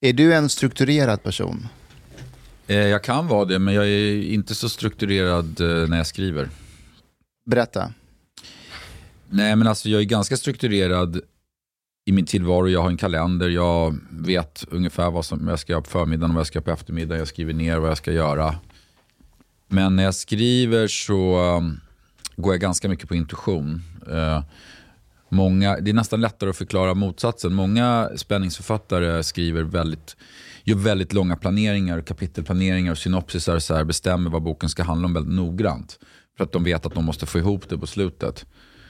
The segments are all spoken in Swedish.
Är du en strukturerad person? Jag kan vara det, men jag är inte så strukturerad när jag skriver. Berätta. Nej, men alltså jag är ganska strukturerad i min tillvaro. Jag har en kalender, jag vet ungefär vad som jag ska göra på förmiddagen och vad jag ska göra på eftermiddagen. Jag skriver ner vad jag ska göra. Men när jag skriver så går jag ganska mycket på intuition. Det är nästan lättare att förklara motsatsen. Många spänningsförfattare gör väldigt långa planeringar, kapitelplaneringar och synopsisar, så här, bestämmer vad boken ska handla om väldigt noggrant. För att de vet att de måste få ihop det på slutet.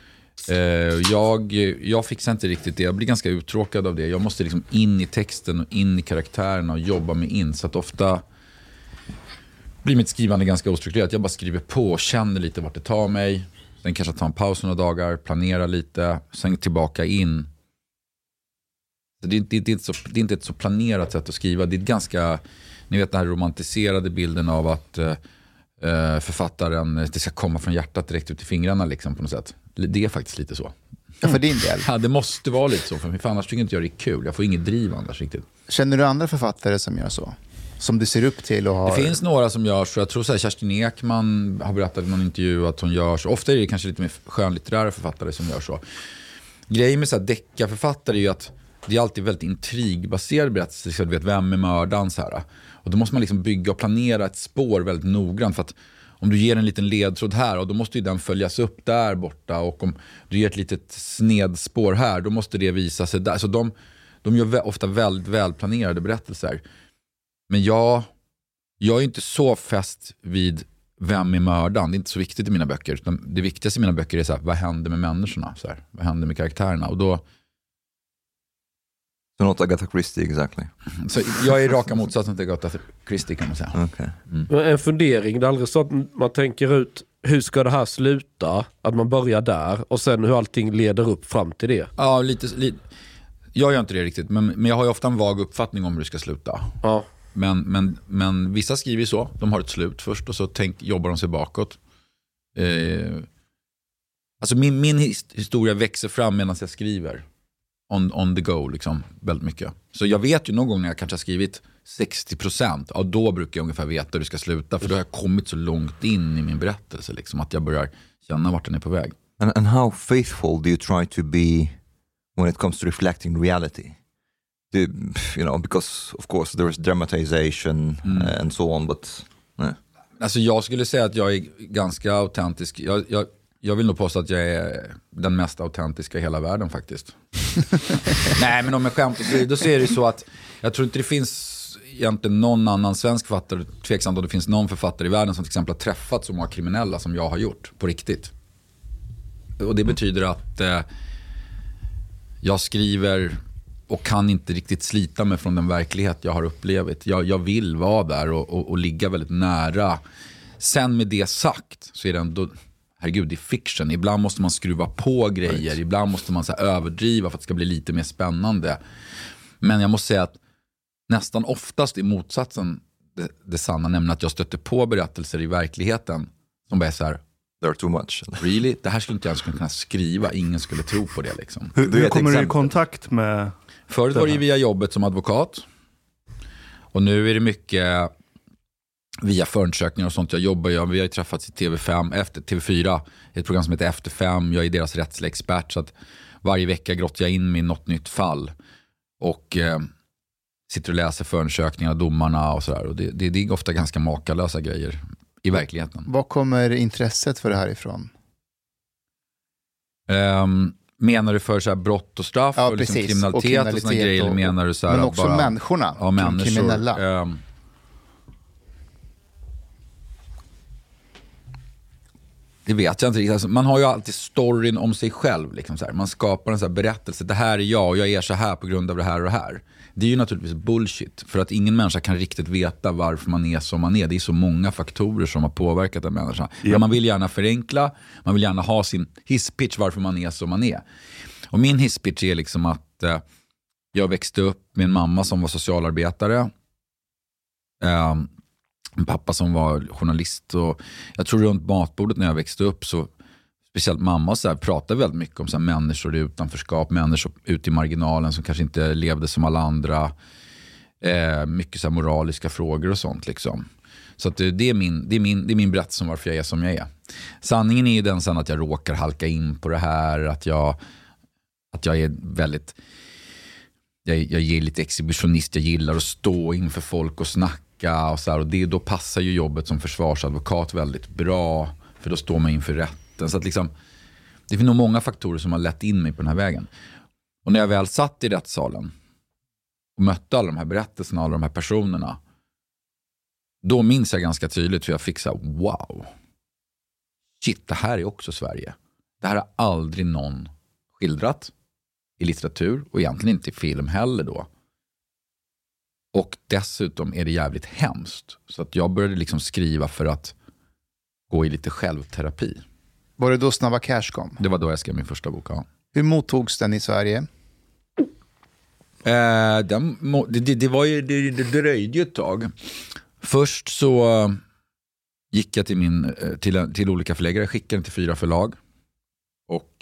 Jag fixar inte riktigt det. Jag blir ganska uttråkad av det. Jag måste liksom in i texten och in i karaktärerna och jobba mig in. Så att ofta blir mitt skrivande ganska ostrukturerat. Jag bara skriver på, känner lite vart det tar mig. Sen kanske ta en paus några dagar, planera lite, sen tillbaka in. Så det är inte ett så planerat sätt att skriva. Det är ganska, ni vet den här romantiserade bilden av att författaren, det ska komma från hjärtat direkt ut i fingrarna liksom, på något sätt. Det är faktiskt lite så. Ja, för din del. Ja, det måste vara lite så, för annars tycker inte jag det är kul. Jag får inget driv annars riktigt. Känner du andra författare som gör så? Som du ser upp till och har... Det finns några som gör så. Jag tror så här, Kerstin Ekman har berättat i någon intervju att hon gör så. Ofta är det kanske lite mer skönlitterära författare som gör så. Grejen med så här deckarförfattare är ju att det är alltid väldigt intrigbaserade berättelser. Så du vet, vem är mördaren så här. Och då måste man liksom bygga och planera ett spår väldigt noggrant. För att om du ger en liten ledtråd här, och då måste ju den följas upp där borta. Och om du ger ett litet snedspår här, då måste det visa sig där. Så de gör ofta väldigt välplanerade berättelser. Men jag är inte så fäst vid vem är mördaren. Det är inte så viktigt i mina böcker. Det viktigaste i mina böcker är så här, vad händer med människorna? Så här, vad händer med karaktärerna? Och då... So not Agatha Christie, exactly. Så jag är raka motsatsen till Agatha Christie, kan man säga. Okay. En fundering, det är aldrig så att man tänker ut hur ska det här sluta? Att man börjar där och sen hur allting leder upp fram till det. Ja, lite. Jag gör inte det riktigt, men jag har ju ofta en vag uppfattning om hur det ska sluta. Ja. Men vissa skriver så. De har ett slut först och så jobbar de sig bakåt. Alltså min historia växer fram medan jag skriver. On the go liksom, väldigt mycket. Så jag vet ju någon gång när jag kanske har skrivit 60%, ja, då brukar jag ungefär veta hur det ska sluta. För då har jag kommit så långt in i min berättelse liksom, att jag börjar känna vart den är på väg. And how faithful do you try to be when it comes to reflecting reality? Because of course there is dramatization and so on, but... Alltså jag skulle säga att jag är ganska autentisk. Jag vill nog påstå att jag är den mest autentiska i hela världen faktiskt. Nej, men om jag skämt då ser det så att jag tror inte det finns egentligen någon annan svensk författare, tveksamt om det finns någon författare i världen som till exempel har träffat så många kriminella som jag har gjort på riktigt. Och det betyder att jag skriver och kan inte riktigt slita mig från den verklighet jag har upplevt. Jag vill vara där och ligga väldigt nära. Sen med det sagt så är det ändå, herregud, det är fiction. Ibland måste man skruva på grejer. Right. Ibland måste man så här överdriva för att det ska bli lite mer spännande. Men jag måste säga att nästan oftast är motsatsen det sanna. Nämligen att jag stöter på berättelser i verkligheten som bara är så här, they're too much. Really? Det här skulle inte jag ens kunna skriva. Ingen skulle tro på det liksom. Hur kommer du i kontakt med... Förut var det via jobbet som advokat. Och nu är det mycket via förundersökningar och sånt. Vi har ju träffats i TV5, efter TV4, ett program som heter Efter 5. Jag är deras rättsliga expert, så att varje vecka grottar jag in mig i något nytt fall. Och sitter och läser förundersökningar, domarna och sådär. Och det är ofta ganska makalösa grejer i verkligheten. Vad kommer intresset för det här ifrån? Menar du för så här brott och straff, ja, och liksom kriminalitet och såna grejer, eller menar du så här, men också bara, människorna, ja, människor, kriminella? Det vet jag inte riktigt. Alltså, man har ju alltid storyn om sig själv liksom så här. Man skapar en så här berättelse. Det här är jag och jag är så här på grund av det här och det här. Det är ju naturligtvis bullshit. För att ingen människa kan riktigt veta varför man är som man är. Det är så många faktorer som har påverkat en människa. Yep. Men man vill gärna förenkla. Man vill gärna ha sin hisspitch varför man är som man är. Och min hisspitch är liksom att jag växte upp med en mamma som var socialarbetare. En pappa som var journalist, och jag tror runt matbordet när jag växte upp, så speciellt mamma så här, pratade väldigt mycket om så här, människor i utanförskap, människor ute i marginalen som kanske inte levde som alla andra. Mycket så här moraliska frågor och sånt liksom. Så att det är min berättelse om varför jag är som jag är. Sanningen är ju den sen att jag råkar halka in på det här, att jag är väldigt, jag är lite exhibitionist, jag gillar att stå inför folk och snacka och så här, och då passar ju jobbet som försvarsadvokat väldigt bra, för då står man inför rätten. Så att liksom, det finns nog många faktorer som har lett in mig på den här vägen. Och när jag väl satt i rättssalen och mötte alla de här berättelserna, alla de här personerna, då minns jag ganska tydligt hur jag fick så här, wow, shit, det här är också Sverige. Det här har aldrig någon skildrat i litteratur och egentligen inte i film heller då. Och dessutom är det jävligt hemskt. Så att jag började liksom skriva för att gå i lite självterapi. Var det då Snabba Cash kom? Det var då jag skrev min första bok, ja. Hur mottogs den i Sverige? Det dröjde ju ett tag. Först så gick jag till olika förläggare, skickade den till 4 förlag. Och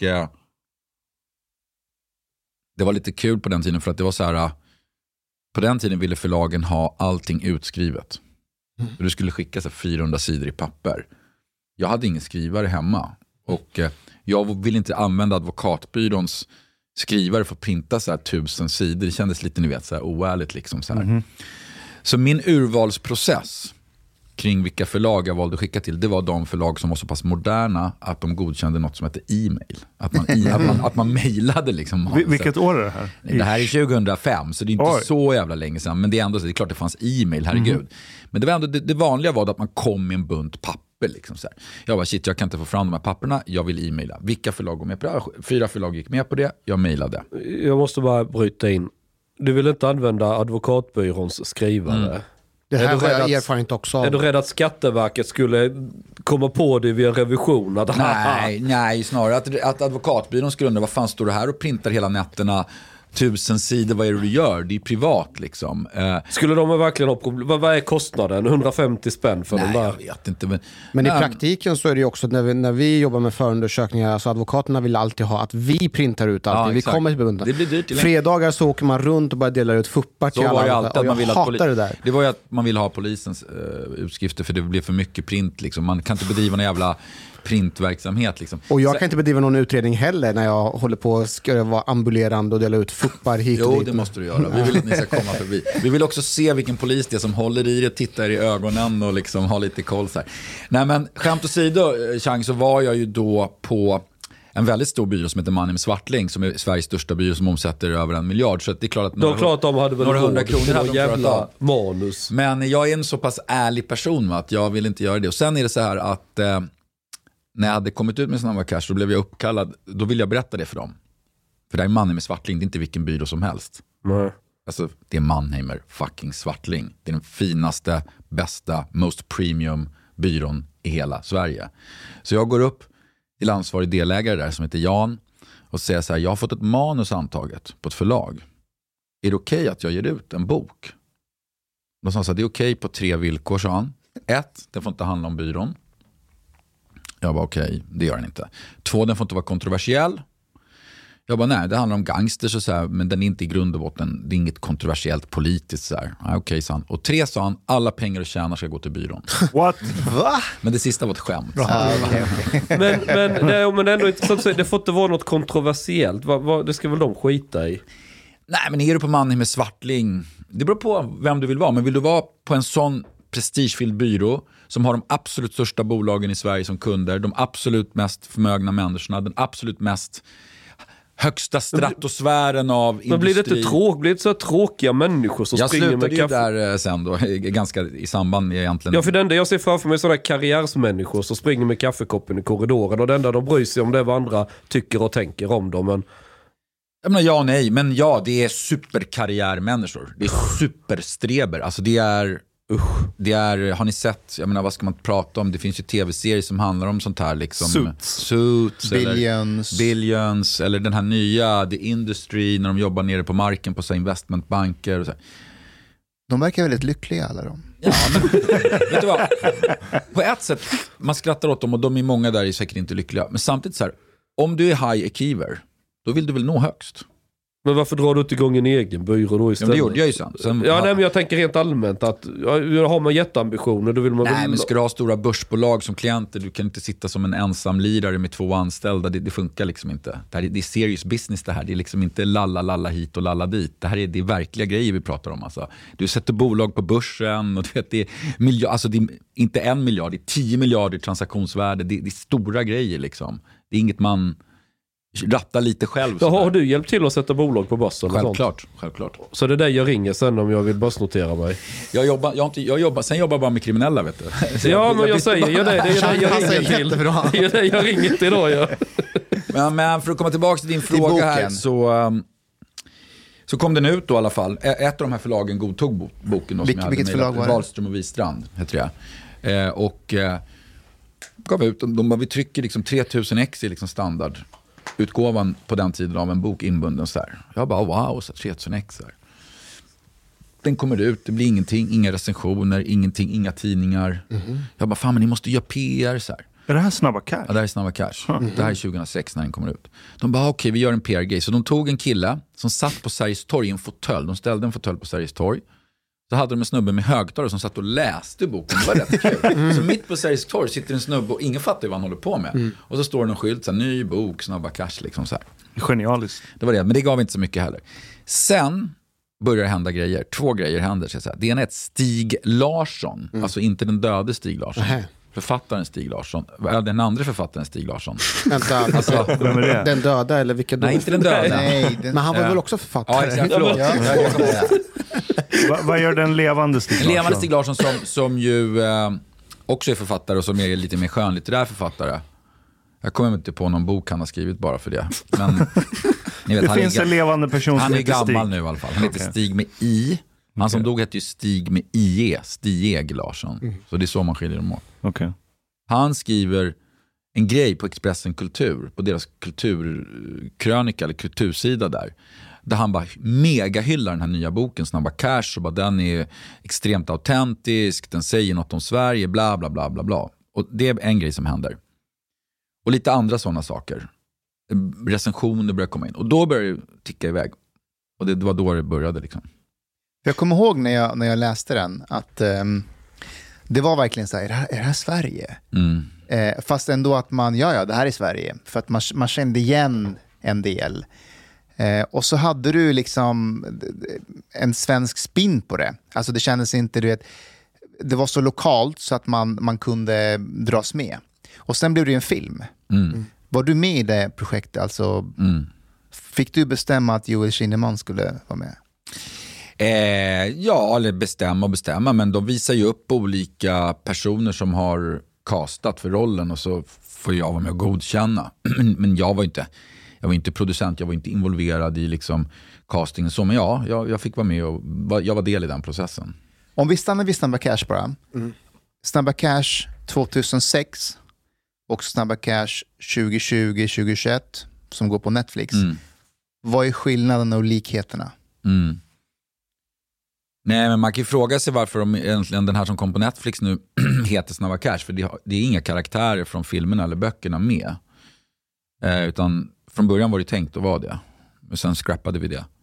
det var lite kul på den tiden, för att det var så här, på den tiden ville förlagen ha allting utskrivet. Du skulle skicka så 400 sidor i papper. Jag hade ingen skrivare hemma, och jag ville inte använda advokatbyråns skrivare för att printa så här 1000 sidor. Det kändes lite, ni vet, så här oärligt liksom så här. Så min urvalsprocess kring vilka förlag jag valde att skicka till, det var de förlag som var så pass moderna att de godkände något som heter e-mail. Att man mejlade liksom. Vilket år är det här? Det här är 2005, så det är inte så jävla länge sedan. Men det är ändå så, det är klart det fanns e-mail, herregud. Men det var ändå, det vanliga var att man kom med en bunt papper liksom så här. Jag bara, shit, jag kan inte få fram de här papperna, jag vill e-maila. Vilka förlag går med på det? 4 förlag gick med på det, jag mejlade. Jag måste bara bryta in. Du vill inte använda advokatbyråns skrivare. Det här har jag erfarenhet också av. Är du rädd att Skatteverket skulle komma på det via revision? Att, nej, snarare att advokatbyrån skulle undra, vad fan står du här och printar hela nätterna 1000 sidor, vad är det du gör? Det är privat liksom. Skulle de verkligen ha problem? Vad är kostnaden? 150 spänn för de där? Jag vet inte. Men i praktiken så är det ju också när vi jobbar med förundersökningar, så advokaterna vill alltid ha att vi printar ut allting. Ja, vi kommer till bebundan. Det blir dyrt. Fredagar så åker man runt och bara delar ut fuppar till alla. Jag hatar det där. Det var ju att man ville ha polisens utskrifter, för det blev för mycket print liksom. Man kan inte bedriva någon jävla printverksamhet liksom. Och jag kan inte bedriva någon utredning heller när jag håller på ska vara ambulerande och dela ut fuppar hit och dit. Jo, det måste du göra. Vi vill att ni ska komma förbi. Vi vill också se vilken polis det är som håller i det, tittar i ögonen och liksom har lite koll så här. Nej, men skämt åsido, Chang, så var jag ju då på en väldigt stor byrå som heter Mannheim Swartling, som är Sveriges största byrå, som omsätter över 1 miljard. Så det är klart att de hade väl några 100 kronor hade de jävla manus. Men jag är en så pass ärlig person, va, att jag vill inte göra det. Och sen är det så här att när jag hade kommit ut med Snabba Cash, då blev jag uppkallad. Då ville jag berätta det för dem. För det är Mannheimer Swartling, det är inte vilken byrå som helst. Nej. Alltså, det är Mannheimer fucking Swartling. Det är den finaste, bästa, most premium byrån i hela Sverige. Så jag går upp till ansvarig delägare där som heter Jan och säger så här: jag har fått ett manus antaget på ett förlag. Är det okej att jag ger ut en bok? Då sa han så här: det är okej på 3 villkor, sa han. 1, det får inte handla om byrån. Jag var okej, det gör den inte. 2, den får inte vara kontroversiell. Jag bara, nej, det handlar om gangsters och så här, men den är inte i grund och botten, det är inget kontroversiellt politiskt så här. Ja, okej, sa han. Och 3, sa han, alla pengar du tjänar ska gå till byrån. What? Va? Men det sista var ett skämt. Men ändå inte så att säga, det får inte vara något kontroversiellt. Det ska väl de skita i? Nej, men är du på Mannheim med Swartling, det beror på vem du vill vara. Men vill du vara på en sån prestigefylld byrå som har de absolut största bolagen i Sverige som kunder, de absolut mest förmögna människorna, den absolut mest högsta stratosfären av industri. Men blir det så tråkiga människor som springer med kaffe? Jag slutade ju där sen då, ganska i samband med egentligen. Ja, för det enda jag ser framför mig är sådana karriärsmänniskor som springer med kaffekoppen i korridoren, och det enda de bryr sig om det är vad andra tycker och tänker om dem. Men jag menar, ja, nej, men ja, det är superkarriärmänniskor. Det är superstreber. Alltså det är, har ni sett, jag menar, vad ska man prata om? Det finns ju tv-serier som handlar om sånt här liksom. Suits Billions, eller den här nya The Industry, när de jobbar nere på marken på så investmentbanker och så. De verkar väldigt lyckliga alla de. Ja, men vet du vad? På ett sätt, man skrattar åt dem och de är många där är säkert inte lyckliga. Men samtidigt så här, om du är high achiever, då vill du väl nå högst. Men varför drar du inte igång en egen byrå då istället? Ja, det gjorde jag ju sen. Nej, men jag tänker rent allmänt att har man jätteambitioner då vill man... Nej, men ska du ha stora börsbolag som klienter, du kan inte sitta som en ensam lirare med 2 anställda. Det funkar liksom inte. Det är serious business det här. Det är liksom inte lalla hit och lalla dit. Det här är verkliga grejer vi pratar om. Alltså. Du sätter bolag på börsen och du vet, det är alltså det är inte 1 miljard, det är 10 miljarder transaktionsvärde. Det är stora grejer liksom. Det är inget man rattar lite själv. Ja, har du hjälpt till att sätta bolag på börsen? Självklart. Så det är där jag ringer sen om jag vill börsnotera mig. Jag jobbar bara med kriminella, vet du. Men jag säger ju det. Det är det jag ringer till. Det är det jag ringer till idag, ja. Men för att komma tillbaka till din fråga här så kom den ut då i alla fall. Ett av de här förlagen godtog boken då, vilket förlag var det? Wahlström och Wistrand heter det. Och gav ut, vi trycker liksom 3000 ex i liksom standardutgåvan på den tiden av en bok inbunden så här. Jag bara wow, så 3000 ex här. Den kommer ut, det blir ingenting, inga recensioner, ingenting, inga tidningar. Jag bara fan, men ni måste göra PR så här. Är det här Snabba Cash? Ja, det här är Snabba Cash. Det här är 2006 när den kommer ut. De bara okej, vi gör en PR-grej. Så de tog en kille som satt på Sergels torg i en fåtölj. De ställde en fåtölj på Sergels torg. Så hade de en snubbe med högtalare som satt och läste boken. Det var rätt kul. Så mitt på Sergels torg sitter en snubbe och ingen fattar vad han håller på med. Och så står det någon skylt, så här, ny bok, Snabba Cash liksom så här. Genialiskt. Det var det, men det gav inte så mycket heller. Sen börjar det hända grejer. 2 grejer händer. Så det ena är ett Stig Larsson. Alltså inte den döde Stig Larsson. Författaren Stig Larsson. Den andra författaren Stig Larsson. Vänta, alltså, vem är det? Den döda eller vilka nej, inte den döda. Nej, Men han var väl också författare? Ja, exakt. Förlåt. Vad gör den levande Stig Larsson? En levande Stig Larsson som ju också är författare och som är lite mer skönlitterär författare. Jag kommer inte på någon bok han har skrivit bara för det. Men ni vet, det finns en levande person som heter Stig. Han är gammal nu i alla fall. Han heter Stig med I. Han som dog hette ju Stig med IE. Stig Larsson. Så det är så man skiljer dem åt. Okay. Han skriver en grej på Expressen Kultur, på deras kulturkrönika eller kultursida där han bara mega hyllar den här nya boken Snabba Cash och bara den är extremt autentisk, den säger något om Sverige, bla bla bla bla bla. Och det är en grej som händer. Och lite andra sådana saker. Recensioner börjar komma in och då börjar det ticka iväg. Och det var då det började liksom. Jag kommer ihåg när jag läste den att det var verkligen så här, är det här Sverige? Fast ändå att man, det här är Sverige. För att man kände igen en del. Och så hade du liksom en svensk spin på det. Alltså det kändes inte, du vet, det var så lokalt så att man kunde dras med. Och sen blev det en film. Var du med i det projektet? Alltså, fick du bestämma att Joel Kinnaman skulle vara med? Ja, eller bestämma. Men de visar ju upp olika personer som har castat för rollen och så får jag vara med och godkänna. Men jag var inte producent, jag var inte involverad i liksom castingen. Så, men jag fick vara med och jag var del i den processen. Om vi stannar vid Snabba Cash bara. Snabba Cash 2006 och Snabba Cash 2020-2021 som går på Netflix. Vad är skillnaden och likheterna? Nej, men man kan ju fråga sig varför egentligen den här som kom på Netflix nu heter Snabba Cash. För det är inga karaktärer från filmerna eller böckerna med. Utan från början var det tänkt att vara det. Men sen scrappade vi det.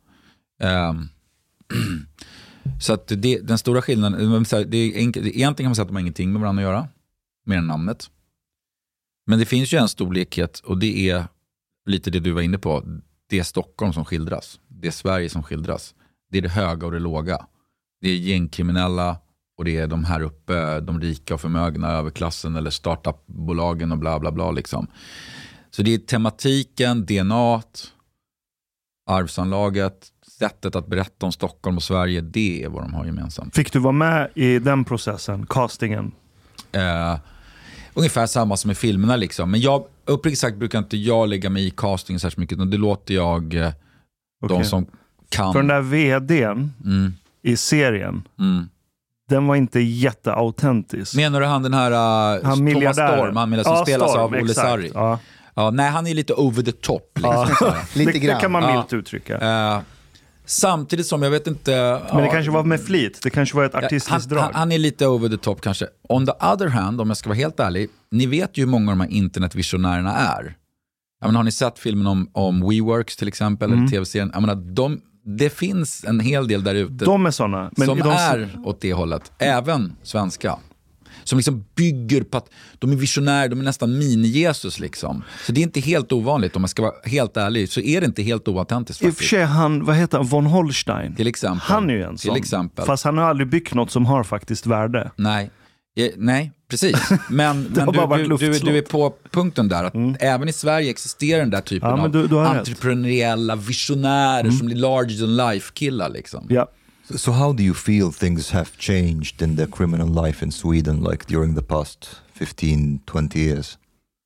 Så att den stora skillnaden, egentligen kan man säga att de har ingenting med varandra att göra. Mer än namnet. Men det finns ju en stor likhet och det är lite det du var inne på. Det är Stockholm som skildras. Det är Sverige som skildras. Det är det höga och det låga. Det är gängkriminella och det är de här uppe, de rika och förmögna överklassen eller startupbolagen och bla bla bla liksom. Så det är tematiken, DNAt, arvsanlaget, sättet att berätta om Stockholm och Sverige, det är vad de har gemensamt. Fick du vara med i den processen, castingen? Ungefär samma som i filmerna liksom. Men uppriktigt sagt brukar inte jag lägga mig i castingen särskilt mycket. Det låter jag de som kan. För den där vdn i serien, den var inte jätteautentisk. Menar du han den här Thomas Storm, han som spelas av Olle Sarri? Ja, nej, han är lite over the top. Liksom, lite grann. Det kan man milt uttrycka. Samtidigt som jag vet inte... Men det kanske var med flit. Det kanske var ett artistiskt drag. Han är lite over the top kanske. On the other hand, om jag ska vara helt ärlig, ni vet ju hur många av de här internetvisionärerna är. Jag menar, har ni sett filmen om WeWorks till exempel, eller tv-serien? Jag menar, det finns en hel del där ute. De är sådana. Som är åt det hållet. Även svenska. Som liksom bygger på att de är visionärer, de är nästan mini-Jesus liksom. Så det är inte helt ovanligt, om man ska vara helt ärlig, så är det inte helt oautentiskt faktiskt. I och för sig, han, vad heter han, von Holstein? Till exempel. Han är ju en sån. Till exempel. Fast han har aldrig byggt något som har faktiskt värde. Nej, precis. Men du är på punkten där, att även i Sverige existerar den där typen av entreprenöriella visionärer som blir larger than life-killar liksom. Ja. So how do you feel things have changed in the criminal life in Sweden, like during the past 15-20 years?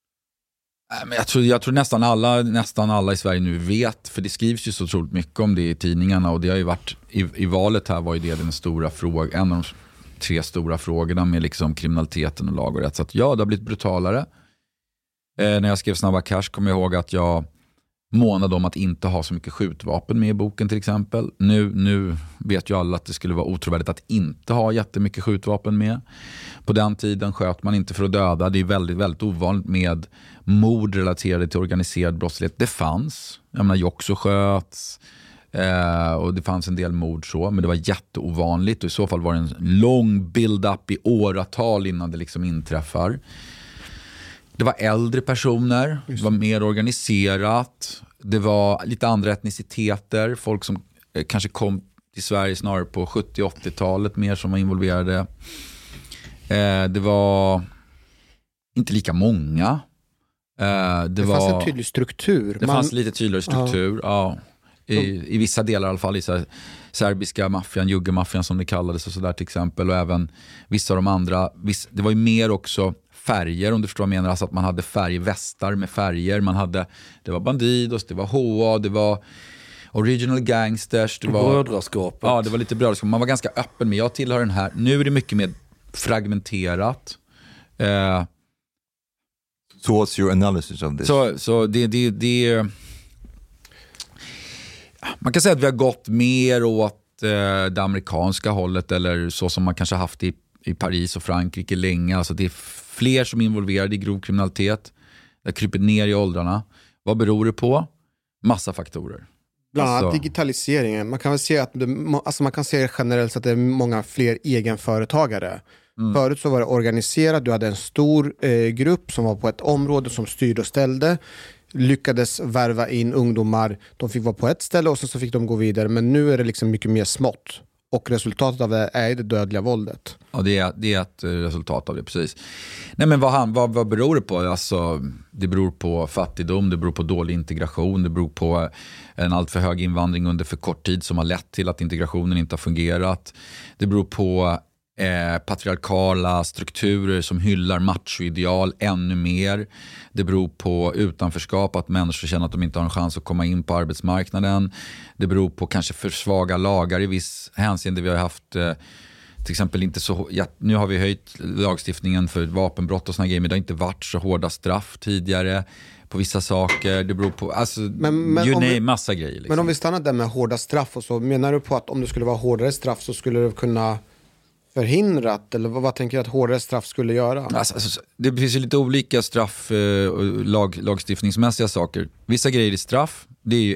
Men jag tror nästan alla i Sverige nu vet, för det skrivs ju så otroligt mycket om det i tidningarna, och det har ju varit i valet här var ju det den stora frågan, en av de 3 stora frågorna med liksom kriminaliteten och lag och rätt. Så att det har blivit brutalare. När jag skrev Snabba Cash kom jag ihåg att jag månade om att inte ha så mycket skjutvapen med i boken till exempel. Nu vet ju alla att det skulle vara otrovärdigt att inte ha jättemycket skjutvapen med. På den tiden sköt man inte för att döda. Det är väldigt, väldigt ovanligt med mord relaterade till organiserad brottslighet. Det fanns. Jag menar, Joxo sköts. Och det fanns en del mord så, men det var jätteovanligt, och i så fall var det en lång build-up i åratal innan det liksom inträffar. Det var äldre personer, det var mer organiserat, det var lite andra etniciteter, folk som kanske kom till Sverige snarare på 70-80-talet mer som var involverade. Det var inte lika många. Det fanns en tydlig struktur. Det fanns lite tydligare struktur, ja. I vissa delar i alla fall, i så här, serbiska maffian, juggemaffian som det kallades och sådär till exempel, och även vissa av de andra, det var ju mer också färger, om du förstår vad jag menar, alltså att man hade färgvästar med färger, det var Bandidos, det var HA, det var Original Gangsters, det var brödraskapet. Ja, det var lite brödraskap, man var ganska öppen, men jag tillhör den här, nu är det mycket mer fragmenterat. So what's your analysis of this? Så det man kan säga att vi har gått mer åt det amerikanska hållet, eller så som man kanske haft i Paris och Frankrike länge. Alltså det är fler som är involverade i grov kriminalitet. Det har krypit ner i åldrarna. Vad beror det på? Massa faktorer. Bland annat digitaliseringen. Man kan väl se att man kan se generellt att det är många fler egenföretagare. Förut så var det organiserat. Du hade en stor grupp som var på ett område som styrde och ställde. Lyckades värva in ungdomar. De fick vara på ett ställe och så fick de gå vidare. Men nu är det liksom mycket mer smått. Och resultatet av det är det dödliga våldet. Ja, det är ett resultat av det, precis. Nej, men vad beror det på? Alltså, det beror på fattigdom, det beror på dålig integration, det beror på en alltför hög invandring under för kort tid som har lett till att integrationen inte har fungerat. Det beror på patriarkala strukturer som hyllar machoideal ännu mer. Det beror på utanförskap, att människor känner att de inte har en chans att komma in på arbetsmarknaden. Det beror på kanske för svaga lagar i viss hänseende. Vi har haft till exempel inte så, nu har vi höjt lagstiftningen för vapenbrott och såna grejer, men det har inte varit så hårda straff tidigare på vissa saker. Det beror på, alltså, massa grejer liksom. Men om vi stannar där med hårda straff och så, menar du på att om det skulle vara hårdare straff så skulle det kunna förhindrat, eller vad tänker jag att hårdare straff skulle göra? Alltså, det finns ju lite olika straff och lagstiftningsmässiga saker. Vissa grejer i straff, det är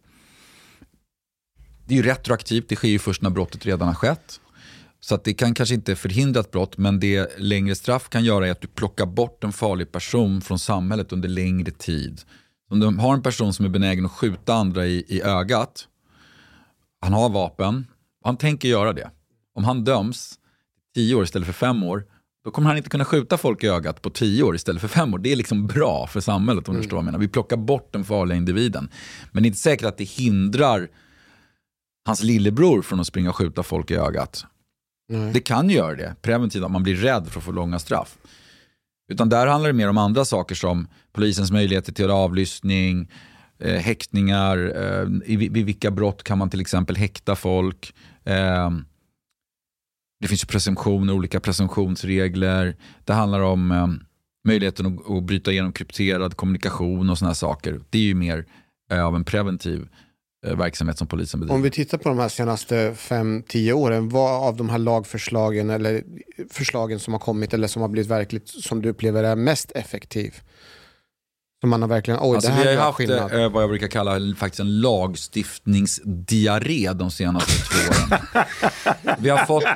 ju retroaktivt, det sker ju först när brottet redan har skett. Så att det kan kanske inte förhindra ett brott, men det längre straff kan göra är att du plockar bort en farlig person från samhället under längre tid. Om du har en person som är benägen att skjuta andra i ögat, han har vapen, han tänker göra det. Om han döms 10 år istället för 5 år, då kommer han inte kunna skjuta folk i ögat på 10 år istället för 5 år. Det är liksom bra för samhället, om du förstår vad jag menar. Vi plockar bort den farliga individen. Men det är inte säkert att det hindrar hans lillebror från att springa och skjuta folk i ögat. Nej. Det kan göra det, preventivt, att man blir rädd för att få långa straff. Utan där handlar det mer om andra saker som polisens möjligheter till avlyssning, häktningar, vid vilka brott kan man till exempel häkta folk. Det finns ju presumtioner, olika presumtionsregler. Det handlar om möjligheten att bryta igenom krypterad kommunikation och såna här saker. Det är ju mer av en preventiv verksamhet som polisen bedriver. Om vi tittar på de här senaste 5-10 åren, vad av de här lagförslagen eller förslagen som har kommit eller som har blivit verkligt, som du upplever är mest effektiv? Så man har verkligen, alltså, vi har ju haft vad jag brukar kalla faktiskt en lagstiftningsdiarré de senaste 2 åren. Vi har fått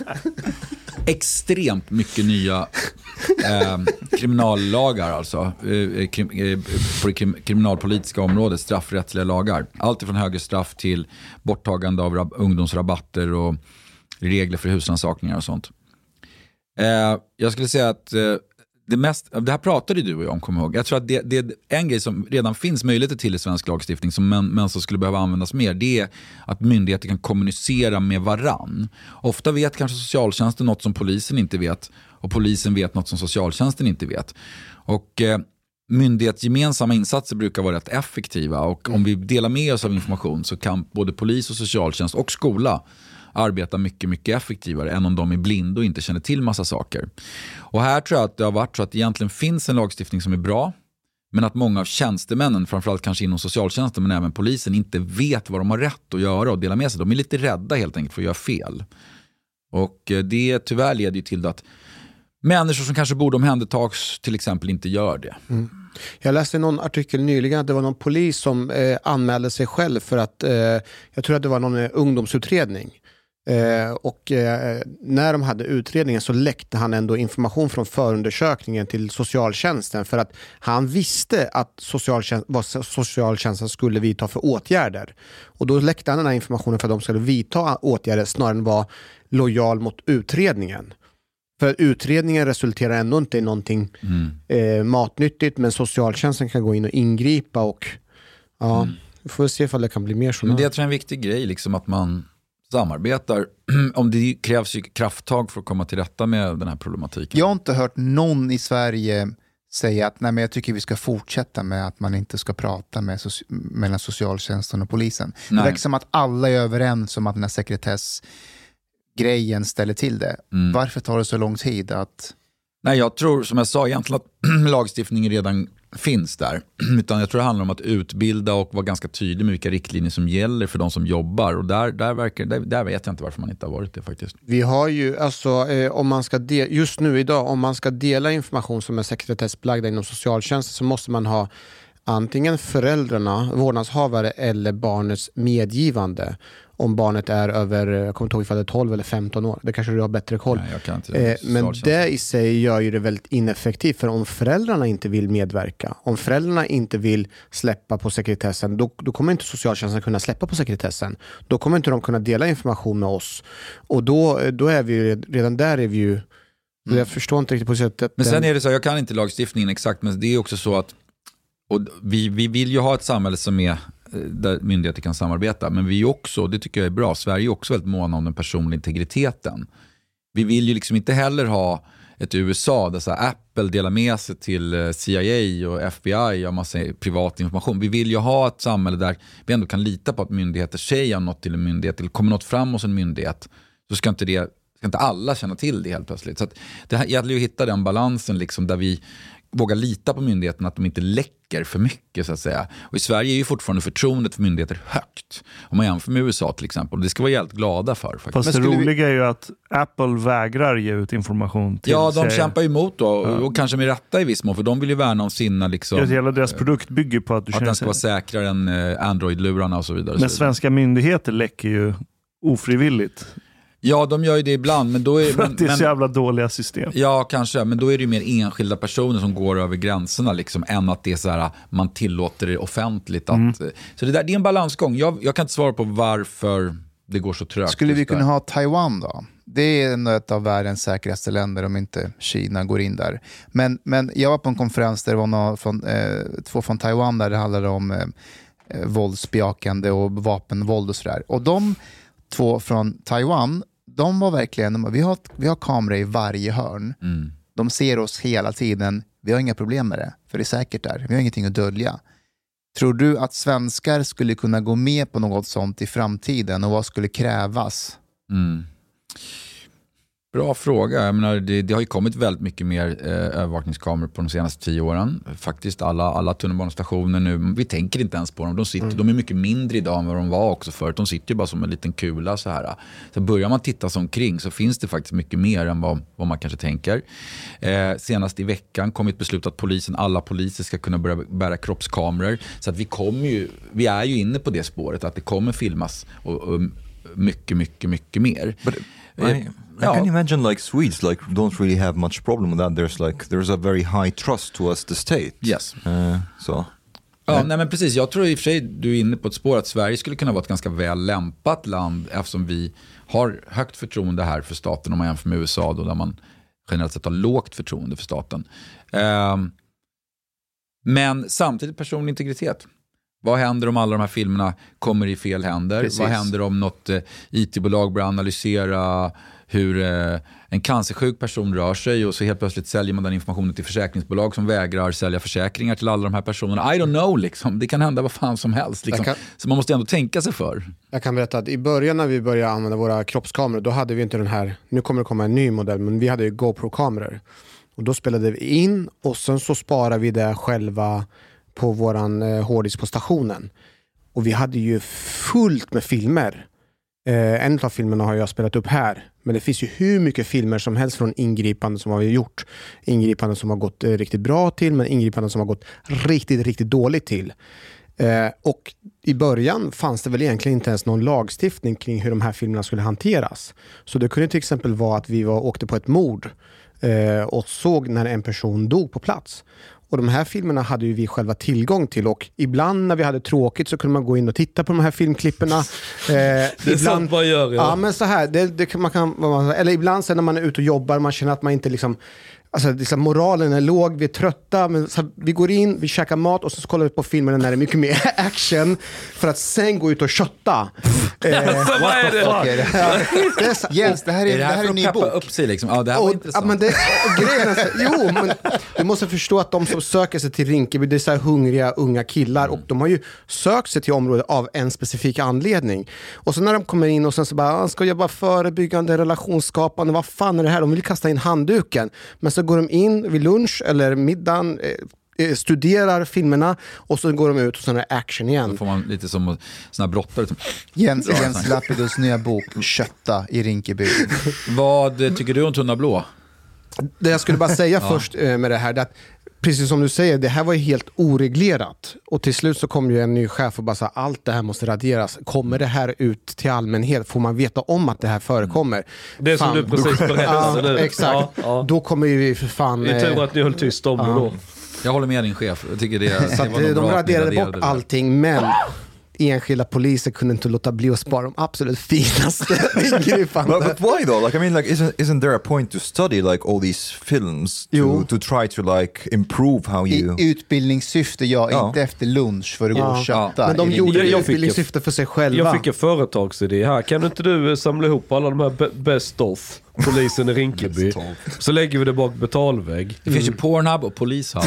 extremt mycket nya kriminallagar, alltså på det kriminalpolitiska området, straffrättsliga lagar. Allt från högre straff till borttagande av ungdomsrabatter och regler för husrannsakningar och sånt. Jag skulle säga att det här pratade du och jag om, kommer ihåg. Jag tror att det är en grej som redan finns möjligheter till i svensk lagstiftning men som skulle behöva användas mer. Det är att myndigheter kan kommunicera med varann. Ofta vet kanske socialtjänsten något som polisen inte vet, och polisen vet något som socialtjänsten inte vet. Och myndighetsgemensamma insatser brukar vara rätt effektiva, och om vi delar med oss av information så kan både polis och socialtjänst och skola arbeta mycket, mycket effektivare än om de är blinda och inte känner till massa saker. Och här tror jag att det har varit så att det egentligen finns en lagstiftning som är bra, men att många av tjänstemännen, framförallt kanske inom socialtjänsten men även polisen, inte vet vad de har rätt att göra och dela med sig. De är lite rädda helt enkelt för att göra fel. Och det tyvärr leder ju till att människor som kanske borde omhändertas till exempel inte gör det. Mm. Jag läste någon artikel nyligen att det var någon polis som anmälde sig själv för att jag tror att det var någon ungdomsutredning. När de hade utredningen så läckte han ändå information från förundersökningen till socialtjänsten, för att han visste att socialtjänsten skulle vidta för åtgärder. Och då läckte han den här informationen för att de skulle vidta åtgärder snarare än vara lojal mot utredningen. För utredningen resulterar ändå inte i någonting matnyttigt, men socialtjänsten kan gå in och ingripa, och vi får se ifall det kan bli mer så. Men det är en viktig grej, liksom att man samarbetar. Om det krävs ju krafttag för att komma till rätta med den här problematiken. Jag har inte hört någon i Sverige säga att nej, men jag tycker vi ska fortsätta med att man inte ska prata mellan socialtjänsten och polisen. Nej. Det verkar som att alla är överens om att den här sekretessgrejen ställer till det. Varför tar det så lång tid att... Nej, jag tror som jag sa egentligen att lagstiftningen redan finns där. Utan jag tror det handlar om att utbilda och vara ganska tydlig med vilka riktlinjer som gäller för de som jobbar. Och där vet jag inte varför man inte har varit det faktiskt. Vi har ju, alltså, om man ska just nu idag, om man ska dela information som är sekretessbelagda inom socialtjänsten, så måste man ha antingen föräldrarna, vårdnadshavare, eller barnets medgivande. Om barnet är över, jag kommer inte ihåg ifall det är 12 eller 15 år. Det kanske du har bättre koll. Nej, jag kan inte. Men det i sig gör ju det väldigt ineffektivt. För om föräldrarna inte vill medverka, om föräldrarna inte vill släppa på sekretessen, då kommer inte socialtjänsten kunna släppa på sekretessen. Då kommer inte de kunna dela information med oss. Och då är vi ju, redan där är vi ju... Jag förstår inte riktigt på sättet. Men sen är det så, jag kan inte lagstiftningen exakt, men det är också så att, och vi vill ju ha ett samhälle som är där myndigheter kan samarbeta, men vi är också, det tycker jag är bra, Sverige är också väldigt måna om den personliga integriteten. Vi vill ju liksom inte heller ha ett USA där så här Apple delar med sig till CIA och FBI och massa privat information. Vi vill ju ha ett samhälle där vi ändå kan lita på att myndigheter säger något till en myndighet, eller kommer något fram hos en myndighet, så ska inte alla känna till det helt plötsligt. Så att det gäller ju att hitta den balansen liksom, där vi våga lita på myndigheterna, att de inte läcker för mycket så att säga. Och i Sverige är ju fortfarande förtroendet för myndigheter högt. Om man jämför med USA till exempel. Det ska vara helt glada för faktiskt. Fast det roliga är ju att Apple vägrar ge ut information till de kämpar emot då. Och kanske med rätta i viss mån, för de vill ju värna om sina liksom... Hela deras produkt bygger på att du att den ska vara säkrare än Android-lurarna och så vidare. Men svenska myndigheter läcker ju ofrivilligt. Ja, de gör ju det ibland, men då är för att det är så jävla dåliga system. Ja, kanske, men då är det ju mer enskilda personer som går över gränserna liksom, än att det är så här, man tillåter det offentligt att, så det är en balansgång. Jag kan inte svara på varför det går så trögt. Skulle vi kunna ha Taiwan då? Det är ett av världens säkraste länder om inte Kina går in där. Men jag var på en konferens där det var två från Taiwan där det handlade om våldsbejakande och vapenvåld och sådär. Och de två från Taiwan, de var verkligen, vi har kameror i varje hörn. De ser oss hela tiden. Vi har inga problem med det, för det är säkert där. Vi har ingenting att dölja. Tror du att svenskar skulle kunna gå med på något sånt i framtiden, och vad skulle krävas? Bra fråga. Jag menar, det har ju kommit väldigt mycket mer övervakningskameror på de senaste 10 åren. Faktiskt alla tunnelbanestationer nu, vi tänker inte ens på dem. De är mycket mindre idag än vad de var också förut. De sitter ju bara som en liten kula så här. Så börjar man titta sig omkring så finns det faktiskt mycket mer än vad man kanske tänker. Senast i veckan kom ett beslut att alla poliser ska kunna börja bära kroppskameror. Så att vi är ju inne på det spåret att det kommer filmas och mycket mer. I can imagine like Swedes like don't really have much problem with that. There's a very high trust towards the state. Yes. So. Ja, nej men precis. Jag tror i och för sig du är inne på ett spår att Sverige skulle kunna vara ett ganska väl lämpat land eftersom vi har högt förtroende här för staten om man jämför med USA då, där man generellt sett har lågt förtroende för staten. Men samtidigt personlig integritet. Vad händer om alla de här filmerna kommer i fel händer? Precis. Vad händer om något IT-bolag börjar analysera hur en cancersjuk person rör sig och så helt plötsligt säljer man den informationen till försäkringsbolag som vägrar sälja försäkringar till alla de här personerna. I don't know liksom. Det kan hända vad fan som helst liksom. Så man måste ändå tänka sig för. Jag kan berätta att i början när vi började använda våra kroppskameror då hade vi inte den här, nu kommer det komma en ny modell, men vi hade ju GoPro-kameror. Och då spelade vi in och sen så sparade vi det själva på våran hårddisk på stationen. Och vi hade ju fullt med filmer. En av filmerna har jag spelat upp här. Men det finns ju hur mycket filmer som helst från ingripanden som har vi gjort. Ingripanden som har gått riktigt bra till, men ingripanden som har gått riktigt dåligt till. Och i början fanns det väl egentligen inte ens någon lagstiftning kring hur de här filmerna skulle hanteras. Så det kunde till exempel vara att vi åkte på ett mord och såg när en person dog på plats. Och de här filmerna hade ju vi själva tillgång till och ibland när vi hade tråkigt så kunde man gå in och titta på de här filmklipperna. Det är ibland, sant man gör. Ja, men så här, eller ibland sen när man är ute och jobbar man känner att man inte liksom, alltså liksom moralen är låg, vi är trötta, men så vi går in, vi käkar mat och så kollar vi på filmerna när det är mycket mer action för att sen gå ut och kötta. Vad är det? Jens, det här är en ny bok. Upp sig liksom. Ja, det här var intressant. Ja, men grejen men du måste förstå att de som söker sig till Rinkeby, det är så här hungriga unga killar och de har ju sökt sig till området av en specifik anledning. Och så när de kommer in och sen så bara, ska jobba förebyggande, relationsskapande, vad fan är det här? De vill kasta in handduken. Men så går de in vid lunch eller middagen, studerar filmerna och så går de ut och så är det action igen. Så får man lite som såna här brottare. Jens Lapidus nya bok Kötta i Rinkeby. Vad tycker du om Tunna blå? Det jag skulle bara säga först med det här, det att precis som du säger, det här var ju helt oreglerat. Och till slut så kom ju en ny chef och bara sa allt det här måste raderas. Kommer det här ut till allmänhet? Får man veta om att det här förekommer? Det som du precis berättade nu. Exakt. Ja. Då kommer vi för fan... Det är tur att ni höll tyst om det då. Jag håller med din chef. Jag tycker det så att de raderade bort allting, men enskilda poliser kunde inte låta bli att spara de absolut finaste ingripanden. But why though? Like, I mean, like, isn't there a point to study like all these films to try to like improve how you... I utbildningssyfte, inte efter lunch för att gå och kötta. Men de gjorde utbildningssyfte för sig själva. Jag fick en företagsidé här. Kan inte du samla ihop alla de här best of polisen i Rinkeby? Så lägger vi det bak betalvägg. Det finns ju Pornhub och Polishub.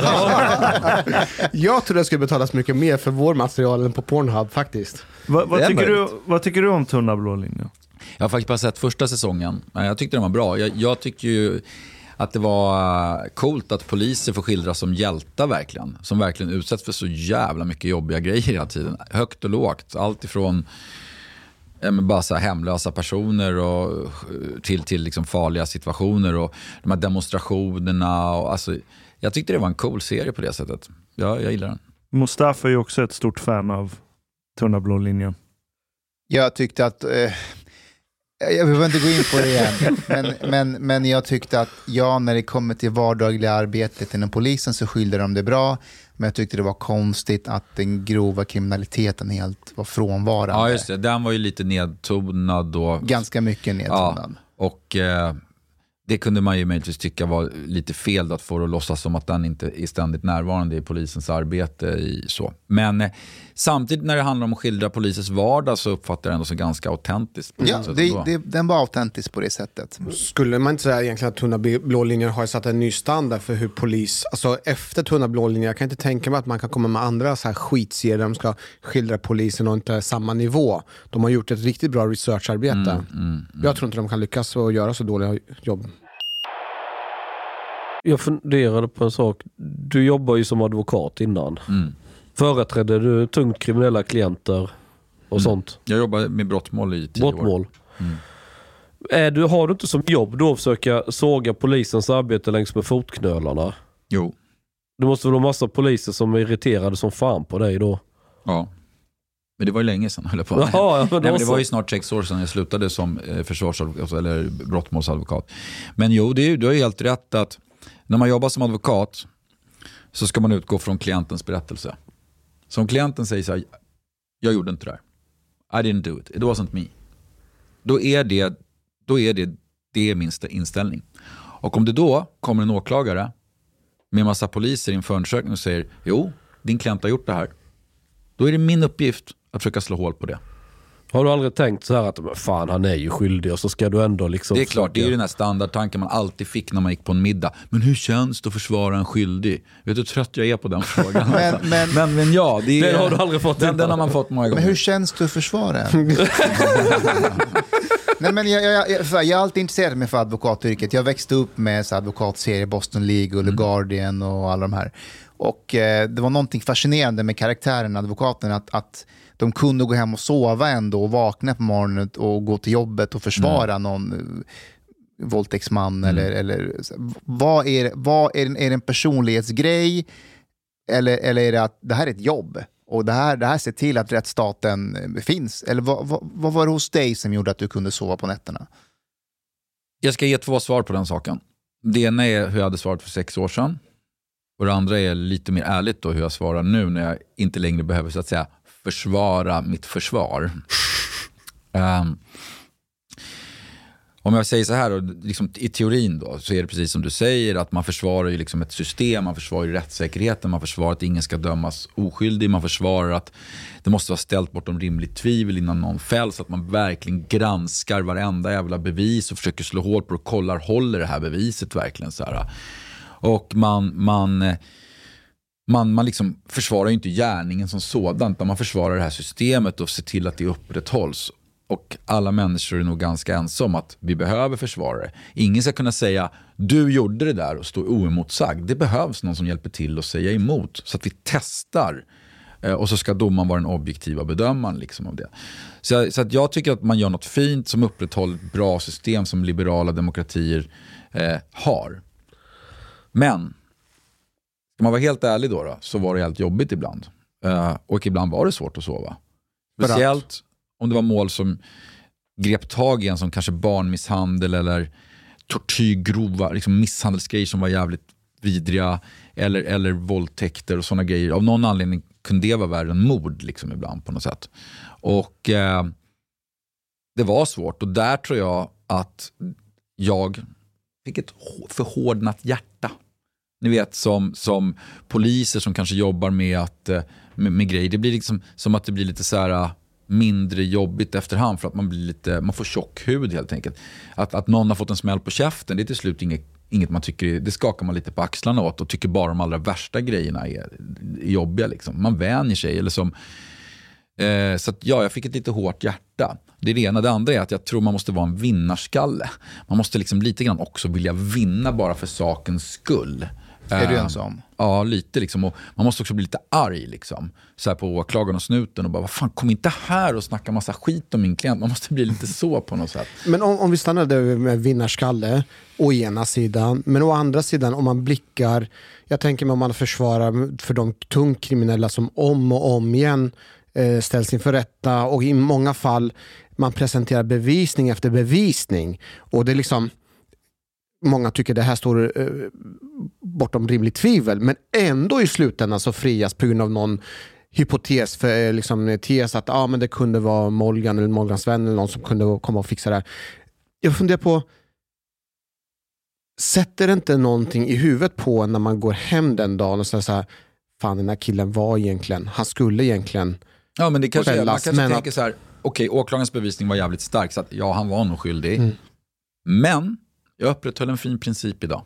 Jag tror det skulle betalas mycket mer för vår material än på Pornhub faktiskt. Vad tycker du om Tunna blå linjen? Jag har faktiskt bara sett första säsongen. Jag tyckte den var bra. Jag tycker ju att det var coolt att poliser får skildras som hjältar verkligen. Som verkligen utsätts för så jävla mycket jobbiga grejer hela tiden. Högt och lågt. Allt ifrån bara så här hemlösa personer och till liksom farliga situationer och de här demonstrationerna. Och, alltså, jag tyckte det var en cool serie på det sättet. Jag gillar den. Mustafa är ju också ett stort fan av Tunna blå linjen. Jag tyckte att... jag behöver inte gå in på det igen. Men jag tyckte att när det kommer till vardagliga arbetet inom polisen så skiljer de det bra. Men jag tyckte det var konstigt att den grova kriminaliteten helt var frånvarande. Ja, just det. Den var ju lite nedtonad då. Ganska mycket nedtonad. Ja, och Det kunde man ju möjligtvis tycka var lite fel att få att låtsas som att den inte är ständigt närvarande i polisens arbete i så. Men samtidigt när det handlar om att skildra polisens vardag så uppfattar jag ändå så ganska autentiskt. Ja, den var autentisk på det sättet. Skulle man inte säga egentligen att Tunna blå linjer har satt en ny standard för hur polis, alltså efter Tunna blå linjer, jag kan inte tänka mig att man kan komma med andra så här skitserier där de ska skildra polisen och inte samma nivå. De har gjort ett riktigt bra researcharbete. Jag tror inte de kan lyckas och göra så dåliga jobb. Jag funderade på en sak. Du jobbar ju som advokat innan. Företrädde du tungt kriminella klienter och sånt? Jag jobbar med brottmål i 10 år. Har du inte som jobb då att försöka såga polisens arbete längs med fotknölarna? Jo. Det måste väl vara massa poliser som är irriterade som fan på dig då? Ja. Men det var ju länge sedan, höll jag på. Det var ju snart 6 år sedan jag slutade som försvarsadvokat eller brottmålsadvokat. Men jo, du har ju helt rätt att när man jobbar som advokat så ska man utgå från klientens berättelse. Så om klienten säger så här, jag gjorde inte det här. I didn't do it. It wasn't me. Då är det min inställning. Och om det då kommer en åklagare med en massa poliser i en förundersökning och säger, jo, din klient har gjort det här. Då är det min uppgift att försöka slå hål på det. Har du aldrig tänkt så här att fan, han är ju skyldig och så ska du ändå liksom... Det är klart, det är ju den här standardtanken man alltid fick när man gick på en middag. Men hur känns det att försvara en skyldig? Vet du hur trött jag är på den frågan? men ja, den har du aldrig fått. Den har man fått många gånger. Men hur känns det att försvara en? Nej, men jag är alltid intresserad med för advokatyrket. Jag växte upp med så advokatserier, Boston League och The Guardian och alla de här. Och det var någonting fascinerande med karaktären, advokaten, att de kunde gå hem och sova ändå och vakna på morgonen och gå till jobbet och försvara någon våldtäktsman eller vad är det en personlighetsgrej eller är det att det här är ett jobb och det här ser till att rättsstaten finns, eller vad var det hos dig som gjorde att du kunde sova på nätterna? Jag ska ge 2 svar på den saken. Det ena är hur jag hade svarat för 6 år sedan. Och det andra är lite mer ärligt då hur jag svarar nu när jag inte längre behöver så att säga försvara mitt försvar. Om jag säger så här då, liksom, i teorin då, så är det precis som du säger att man försvarar ju liksom ett system, man försvarar ju rättssäkerheten, man försvarar att ingen ska dömas oskyldig, man försvarar att det måste vara ställt bortom rimligt tvivel innan någon fälls, att man verkligen granskar varenda jävla bevis och försöker slå hål på och kollar, håller det här beviset verkligen så här. Och man liksom försvarar ju inte gärningen som sådant, utan man försvarar det här systemet och ser till att det upprätthålls. Och alla människor är nog ganska ensamma att vi behöver försvarare. Ingen ska kunna säga, du gjorde det där och stå oemotsagd. Det behövs någon som hjälper till att säga emot så att vi testar. Och så ska domaren vara den objektiva bedömaren liksom av det. Så att jag tycker att man gör något fint som upprätthåller ett bra system som liberala demokratier har. Men ska man vara helt ärlig då så var det helt jobbigt ibland. Och ibland var det svårt att sova. Speciellt om det var mål som grep tag i en som kanske barnmisshandel eller tortyr, grova liksom misshandelsgrejer som var jävligt vidriga eller våldtäkter och sådana grejer. Av någon anledning kunde det vara värre än mord liksom ibland på något sätt. Och det var svårt, och där tror jag att jag fick ett förhårdnat hjärta. Ni vet som poliser som kanske jobbar med med grejer. Det blir liksom som att det blir lite så här mindre jobbigt efterhand för att man får tjock hud helt enkelt. Att någon har fått en smäll på käften, det är till slut inget man tycker, det skakar man lite på axlarna åt och tycker bara de allra värsta grejerna är jobbiga liksom. Man vänjer sig eller som så att jag fick ett lite hårt hjärta. Det är det ena. Det andra är att jag tror man måste vara en vinnarskalle. Man måste liksom lite grann också vilja vinna bara för sakens skull. Är du ensam? Ja, lite liksom. Och man måste också bli lite arg liksom. Så här på åklagaren och snuten och bara, vad fan, kom inte här och snacka massa skit om min klient. Man måste bli lite så på något sätt. Men om vi stannar där med vinnarskalle å ena sidan, men å andra sidan om man blickar, jag tänker mig om man försvarar för de tungt kriminella som om och om igen ställs inför rätta, och i många fall man presenterar bevisning efter bevisning, och det är liksom, många tycker det här står bortom rimligt tvivel, men ändå i slutändan så frias på grund av någon hypotes, för liksom tes att men det kunde vara Molgan eller Molgans vän eller någon som kunde komma och fixa det här. Jag funderar på, sätter inte någonting i huvudet på när man går hem den dagen och säger så här, fan den här killen var egentligen, han skulle egentligen... Ja, men det kanske man kanske tänker att... så här, okej, åklagarens bevisning var jävligt stark, så att ja, han var nog skyldig. Men jag upprätthöll en fin princip idag.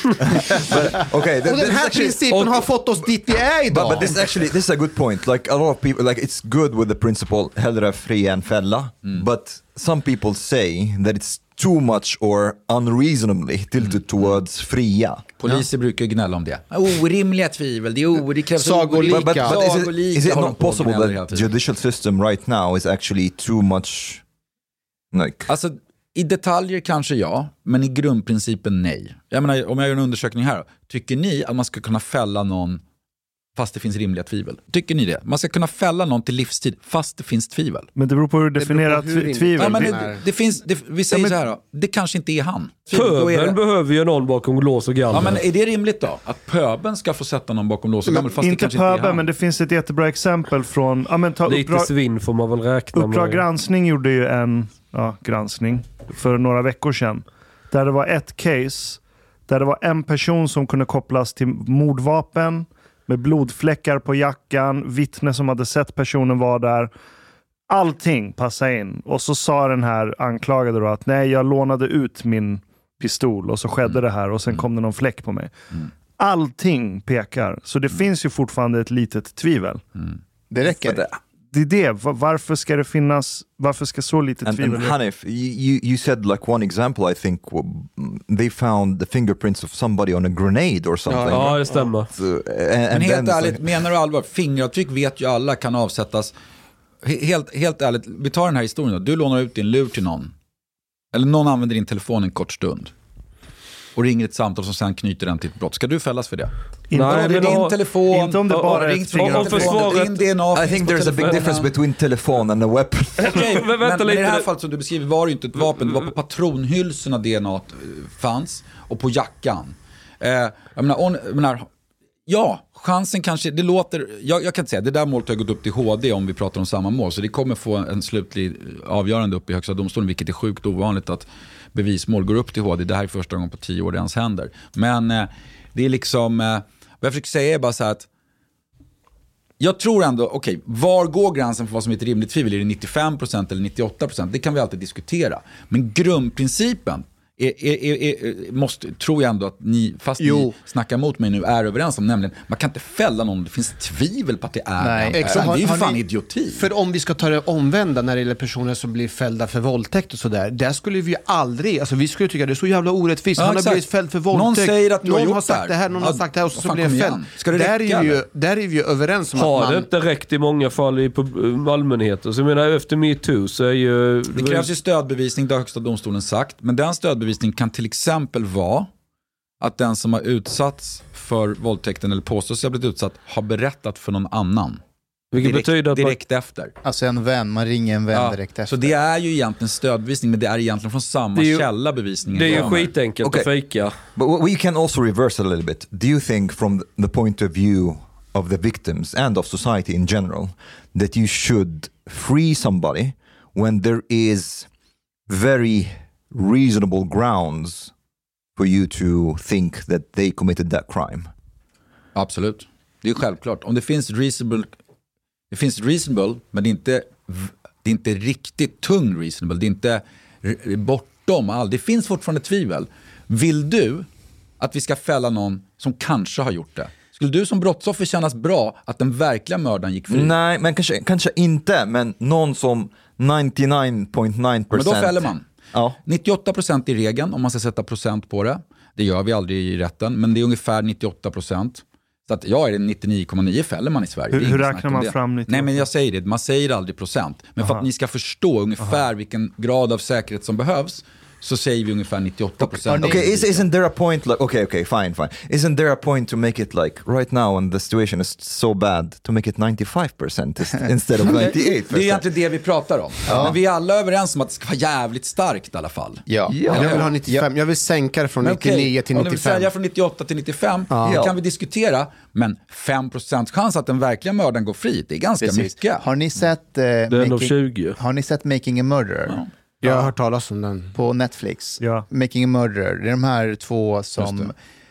Okay, och den här principen har fått oss dit vi är idag. But this is a good point. Like a lot of people, like it's good with the principle hellre fria än fälla. But some people say that it's too much or unreasonably tilted towards fria. Poliser brukar gnälla om det. Orimliga tvivel, det krävs sagolika. But is it not possible that the judicial system right now is actually too much like... Alltså, i detaljer kanske ja, men i grundprincipen nej. Jag menar, om jag gör en undersökning här, tycker ni att man ska kunna fälla någon fast det finns rimliga tvivel? Tycker ni det? Man ska kunna fälla någon till livstid fast det finns tvivel. Men det beror på hur du definierar tvivel. Ja, men det finns, vi säger så här då, det kanske inte är han. Pöbeln behöver ju någon bakom lås och galler. Ja, men är det rimligt då? Att pöbeln ska få sätta någon bakom lås och galler fast inte det kanske inte är pöbeln, han? men det finns ett jättebra exempel från... Ja, men lite svinn får man väl räkna med. Uppdrag granskning gjorde ju en granskning för några veckor sedan. Där det var ett case där det var en person som kunde kopplas till mordvapen med blodfläckar på jackan, vittne som hade sett personen var där. Allting passade in. Och så sa den här anklagade då att nej, jag lånade ut min pistol och så skedde det här och sen kom det någon fläck på mig. Allting pekar. Så det finns ju fortfarande ett litet tvivel. Det räcker. Det är det. Varför ska det finnas... Varför ska så lite tvivel... And Hanif, you said like one example, I think they found the fingerprints of somebody on a grenade or something. Ja, det stämmer. Men helt ärligt, menar du allvar? Fingeravtryck vet ju alla kan avsättas. Helt ärligt, vi tar den här historien då. Du lånar ut din lur till någon. Eller någon använder din telefon en kort stund. Och ringer ett samtal som sen knyter den till ett brott. Ska du fällas för det? Nej, det är din telefon. Inte om det bara är I think there's a big difference between telefon and a weapon. Okay, men i det här fallet som du beskriver var det ju inte ett vapen. Det var på patronhylsorna DNA fanns. Och på jackan. Jag menar, ja, chansen kanske, det låter, jag kan inte säga, det där målet har gått upp till HD om vi pratar om samma mål. Så det kommer få en slutlig avgörande upp i högsta domstolen, vilket är sjukt ovanligt att bevismål går upp till HD. Det här är första gången på 10 år det ens händer. Men det är liksom, vad jag försöker säga är bara så här att jag tror ändå, okej, var går gränsen för vad som är ett rimligt tvivel? Är det 95% eller 98%? Det kan vi alltid diskutera. Men grundprincipen tror jag ändå att ni, fast ni snackar mot mig nu, är överens om, nämligen man kan inte fälla någon, det finns tvivel på att det är. Nej, exakt. Det är ju för fan idioti. För om vi ska ta det omvända när det gäller personer som blir fällda för våldtäkt och sådär, där skulle vi aldrig, alltså vi skulle tycka det är så jävla orättvist. Ja, han har blivit fälld för våldtäkt. Någon säger att någon har sagt det här, någon har sagt det här och så blir det fälld. Ska det räcka, där är vi ju överens om att har det inte räckt i många fall i allmänheten. Så jag menar, efter MeToo så är ju... Det krävs ju stödbevisning, det har högsta domstolen sagt. Men den stödbevisning kan till exempel vara att den som har utsatts för våldtäkten eller påstås ha blivit utsatt har berättat för någon annan. Vilket betyder att direkt efter. Alltså en vän, man ringer en vän direkt efter. Så det är ju egentligen stödbevisning, men det är egentligen från samma källa bevisningen. Det är ju skitenkelt att fejka. But we can also reverse a little bit. Do you think from the point of view of the victims and of society in general that you should free somebody when there is very reasonable grounds for you to think that they committed that crime? Absolut. Det är självklart. Om det finns reasonable, men det är inte riktigt tung reasonable. Det är inte bortom allt. Det finns fortfarande tvivel. Vill du att vi ska fälla någon som kanske har gjort det? Skulle du som brottsoffer kännas bra att den verkliga mördaren gick fri? Nej, men kanske inte. Men någon som 99.9%. Men då fäller man. Ja. 98% i regeln, om man ska sätta procent på det. Det gör vi aldrig i rätten, men det är ungefär 98%. Så att är det 99,9 fäller man i Sverige. Hur räknar man fram 98? Nej, men jag säger det, man säger aldrig procent. Men för att ni ska förstå ungefär vilken grad av säkerhet som behövs, så säger vi ungefär 98%. Okay, isn't there a point like okay, fine. Isn't there a point to make it like right now when the situation is so bad to make it 95% instead of 98%? Det är egentligen det vi pratar om. Ja. Men vi är alla överens om att det ska vara jävligt starkt i alla fall. Ja. Jag vill ha 95. Jag vill sänka det från 99 till 95. Om du vill sälja från 98 till 95, det kan vi diskutera. Men 5% chans att den verkliga mördaren går fri, det är ganska mycket. Har ni sett det är nog 20. Har ni sett Making a Murderer? Jag har hört talas om den. På Netflix. Ja. Making a Murderer. Det är de här två som...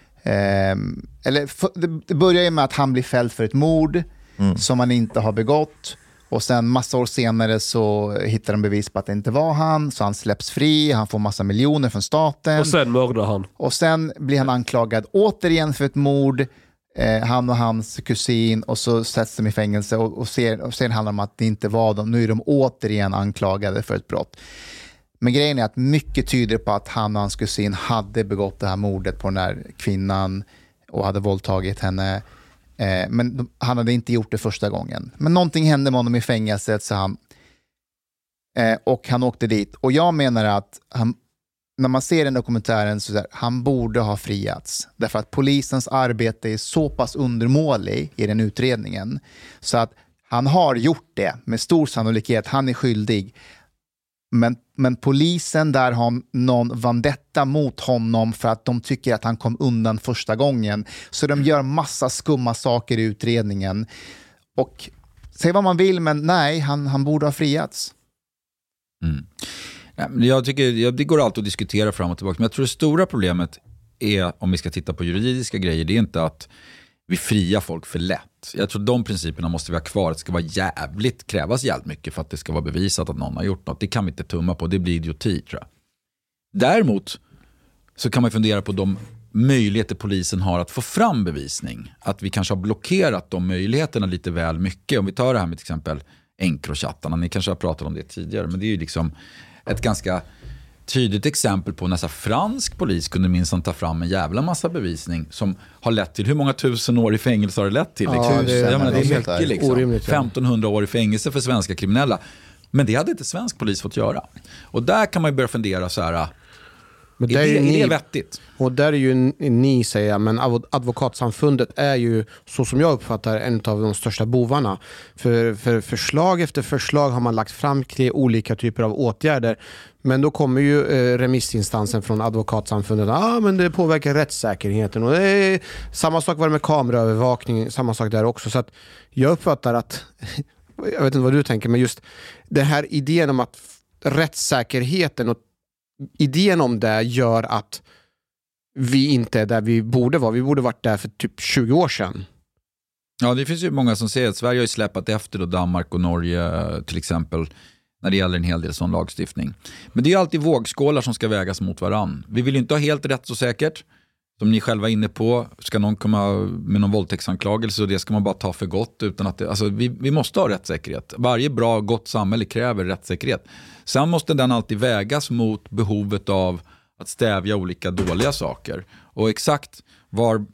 det börjar ju med att han blir fälld för ett mord som han inte har begått. Och sen massa år senare så hittar de bevis på att det inte var han. Så han släpps fri, han får massa miljoner från staten. Och sen mördar han. Och sen blir han anklagad återigen för ett mord. Han och hans kusin. Och så sätts de i fängelse. Och sen handlar det om att det inte var dem. Nu är de återigen anklagade för ett brott. Men grejen är att mycket tyder på att han och hans kusin hade begått det här mordet på den här kvinnan. Och hade våldtagit henne. Men han hade inte gjort det första gången. Men någonting hände med honom i fängelset så och han åkte dit. Och jag menar att när man ser den dokumentären så där, han borde ha friats. Därför att polisens arbete är så pass undermålig i den utredningen. Så att han har gjort det med stor sannolikhet. Han är skyldig. Men polisen där har någon vendetta mot honom för att de tycker att han kom undan första gången. Så de gör massa skumma saker i utredningen. Och säg vad man vill, men nej, han borde ha friats. Jag tycker det går alltid att diskutera fram och tillbaka. Men jag tror det stora problemet är, om vi ska titta på juridiska grejer, det är inte att vi friar folk för lätt. Jag tror de principerna måste vi ha kvar. Det ska vara krävas jävligt mycket för att det ska vara bevisat att någon har gjort något. Det kan vi inte tumma på, det blir idioti tror jag. Däremot så kan man fundera på de möjligheter polisen har att få fram bevisning. Att vi kanske har blockerat de möjligheterna lite väl mycket. Om vi tar det här med till exempel Encrochattarna, ni kanske har pratat om det tidigare, men det är ju liksom ett ganska tydligt exempel på nästan fransk polis kunde minst ta fram en jävla massa bevisning som har lett till, hur många 1000 år i fängelse har det lett till? Liksom? Ja, det är mycket liksom. Orimligt, 1500 år i fängelse för svenska kriminella. Men det hade inte svensk polis fått göra. Och där kan man ju börja fundera så här, Men är det vettigt? Och där är ju ni säger, men advokatsamfundet är ju, så som jag uppfattar, en av de största bovarna. För förslag efter förslag har man lagt fram olika typer av åtgärder. Men då kommer ju remissinstansen från advokatsamfundet. Men det påverkar rättssäkerheten. Och det är samma sak var det med kameraövervakning, samma sak där också. Så att jag uppfattar att, jag vet inte vad du tänker, men just den här idén om att rättssäkerheten och idén om det gör att vi inte är där vi borde vara. Vi borde varit där för typ 20 år sedan. Ja, det finns ju många som säger att Sverige har ju släpat efter då Danmark och Norge till exempel när det gäller en hel del sån lagstiftning. Men det är ju alltid vågskålar som ska vägas mot varann. Vi vill ju inte ha helt rätt så säkert. Som ni själva är inne på, ska någon komma med någon våldtäktsanklagelse och det ska man bara ta för gott utan att vi måste ha rättssäkerhet. Varje bra, gott samhälle kräver rättssäkerhet. Sen måste den alltid vägas mot behovet av att stävja olika dåliga saker. Och exakt var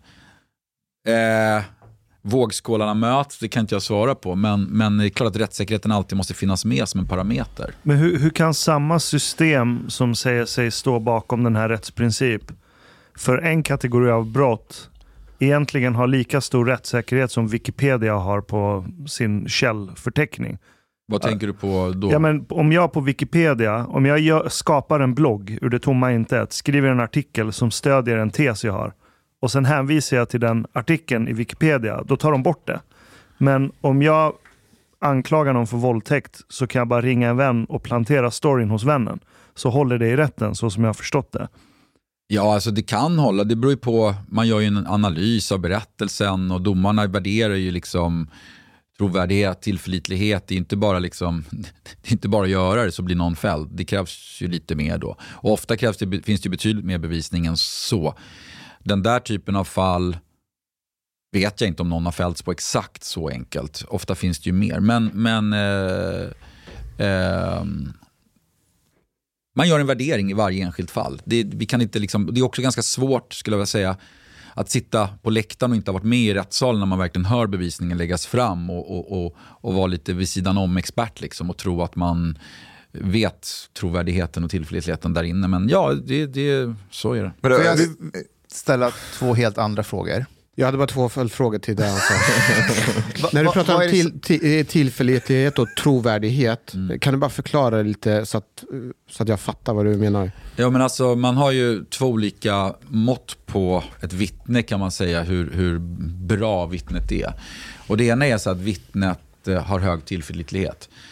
vågskålarna möts, det kan inte jag svara på. Men det är klart att rättssäkerheten alltid måste finnas med som en parameter. Men hur kan samma system som säger sig stå bakom den här rättsprincip för en kategori av brott egentligen ha lika stor rättssäkerhet som Wikipedia har på sin källförteckning? Vad tänker du på då? Ja, men om jag på Wikipedia, om jag skapar en blogg ur det tomma intet, skriver en artikel som stödjer en tes jag har och sen hänvisar jag till den artikeln i Wikipedia, då tar de bort det. Men om jag anklagar någon för våldtäkt så kan jag bara ringa en vän och plantera storyn hos vännen. Så håller det i rätten, så som jag har förstått det. Ja, alltså det kan hålla. Det beror ju på, man gör ju en analys av berättelsen och domarna värderar ju liksom trovärdighet, tillförlitlighet. Det är inte bara liksom, det är inte bara att göra det så blir någon fälld. Det krävs ju lite mer då. Och ofta finns det betydligt mer bevisning än så. Den där typen av fall vet jag inte om någon har fällts på exakt så enkelt. Ofta finns det ju mer. Men man gör en värdering i varje enskilt fall. Vi kan inte liksom, det är också ganska svårt, skulle jag vilja säga, att sitta på läktaren och inte ha varit med i rättssalen när man verkligen hör bevisningen läggas fram och vara lite vid sidan om expert liksom, och tro att man vet trovärdigheten och tillförlitligheten där inne. Men ja, så är det. Men får jag ställa 2 helt andra frågor? Jag hade bara 2 följdfrågor till det. Alltså. När du pratar om tillförlitlighet och trovärdighet, kan du bara förklara lite så att jag fattar vad du menar? Ja, men alltså man har ju 2 olika mått på ett vittne, kan man säga, hur bra vittnet är. Och det ena är så att vittnet har hög tillförlitlighet.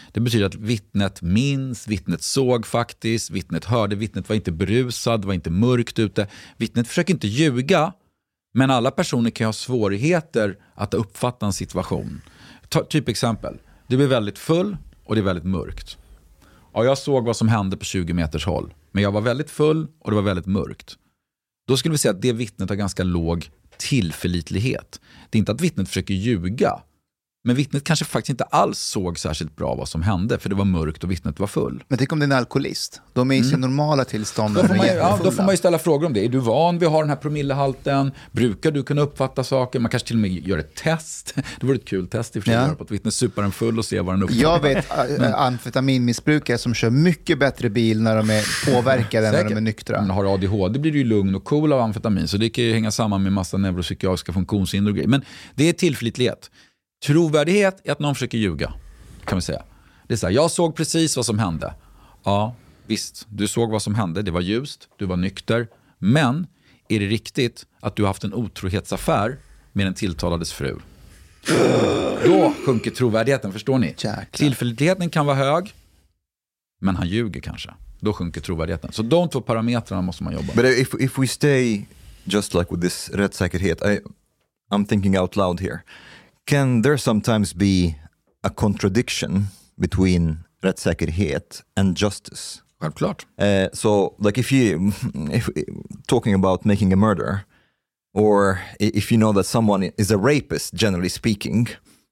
Det betyder att vittnet minns, vittnet såg faktiskt, vittnet hörde, vittnet var inte berusad, var inte mörkt ute. Vittnet försöker inte ljuga, men alla personer kan ha svårigheter att uppfatta en situation. Typ exempel, du blir väldigt full och det är väldigt mörkt. Ja, jag såg vad som hände på 20 meters håll, men jag var väldigt full och det var väldigt mörkt. Då skulle vi säga att det vittnet har ganska låg tillförlitlighet. Det är inte att vittnet försöker ljuga, men vittnet kanske faktiskt inte alls såg särskilt bra vad som hände, för det var mörkt och vittnet var full. Men tänk om det är en alkoholist. De är i sin normala tillstånd. Då får man ju ställa frågor om det. Är du van vid att ha den här promillehalten? Brukar du kunna uppfatta saker? Man kanske till och med gör ett test. Det vore ett kul test i och för sig, på att vittnet supar en full och ser vad den uppfattar. Jag vet amfetaminmissbrukare som kör mycket bättre bil när de är påverkade än när de är nyktra. Men har ADHD blir du ju lugn och cool av amfetamin, så det kan ju hänga samman med massa neuropsykiatriska funktionshinder och grejer. Men det är tillförlitlighet. Trovärdighet är att någon försöker ljuga, kan vi säga. Det är så här, jag såg precis vad som hände. Ja, visst, du såg vad som hände. Det var ljust, du var nykter. Men är det riktigt att du har haft en otrohetsaffär med den tilltalades fru? Då sjunker trovärdigheten, förstår ni? Jäklar. Tillförlitligheten kan vara hög, men han ljuger kanske. Då sjunker trovärdigheten. Så de två parametrarna måste man jobba. But if we stay just like with this rättssäkerhet, I'm thinking out loud here. Can there sometimes be a contradiction between rättssäkerhet and justice? Självklart. So, like if talking about making a murder, or if you know that someone is a rapist, generally speaking,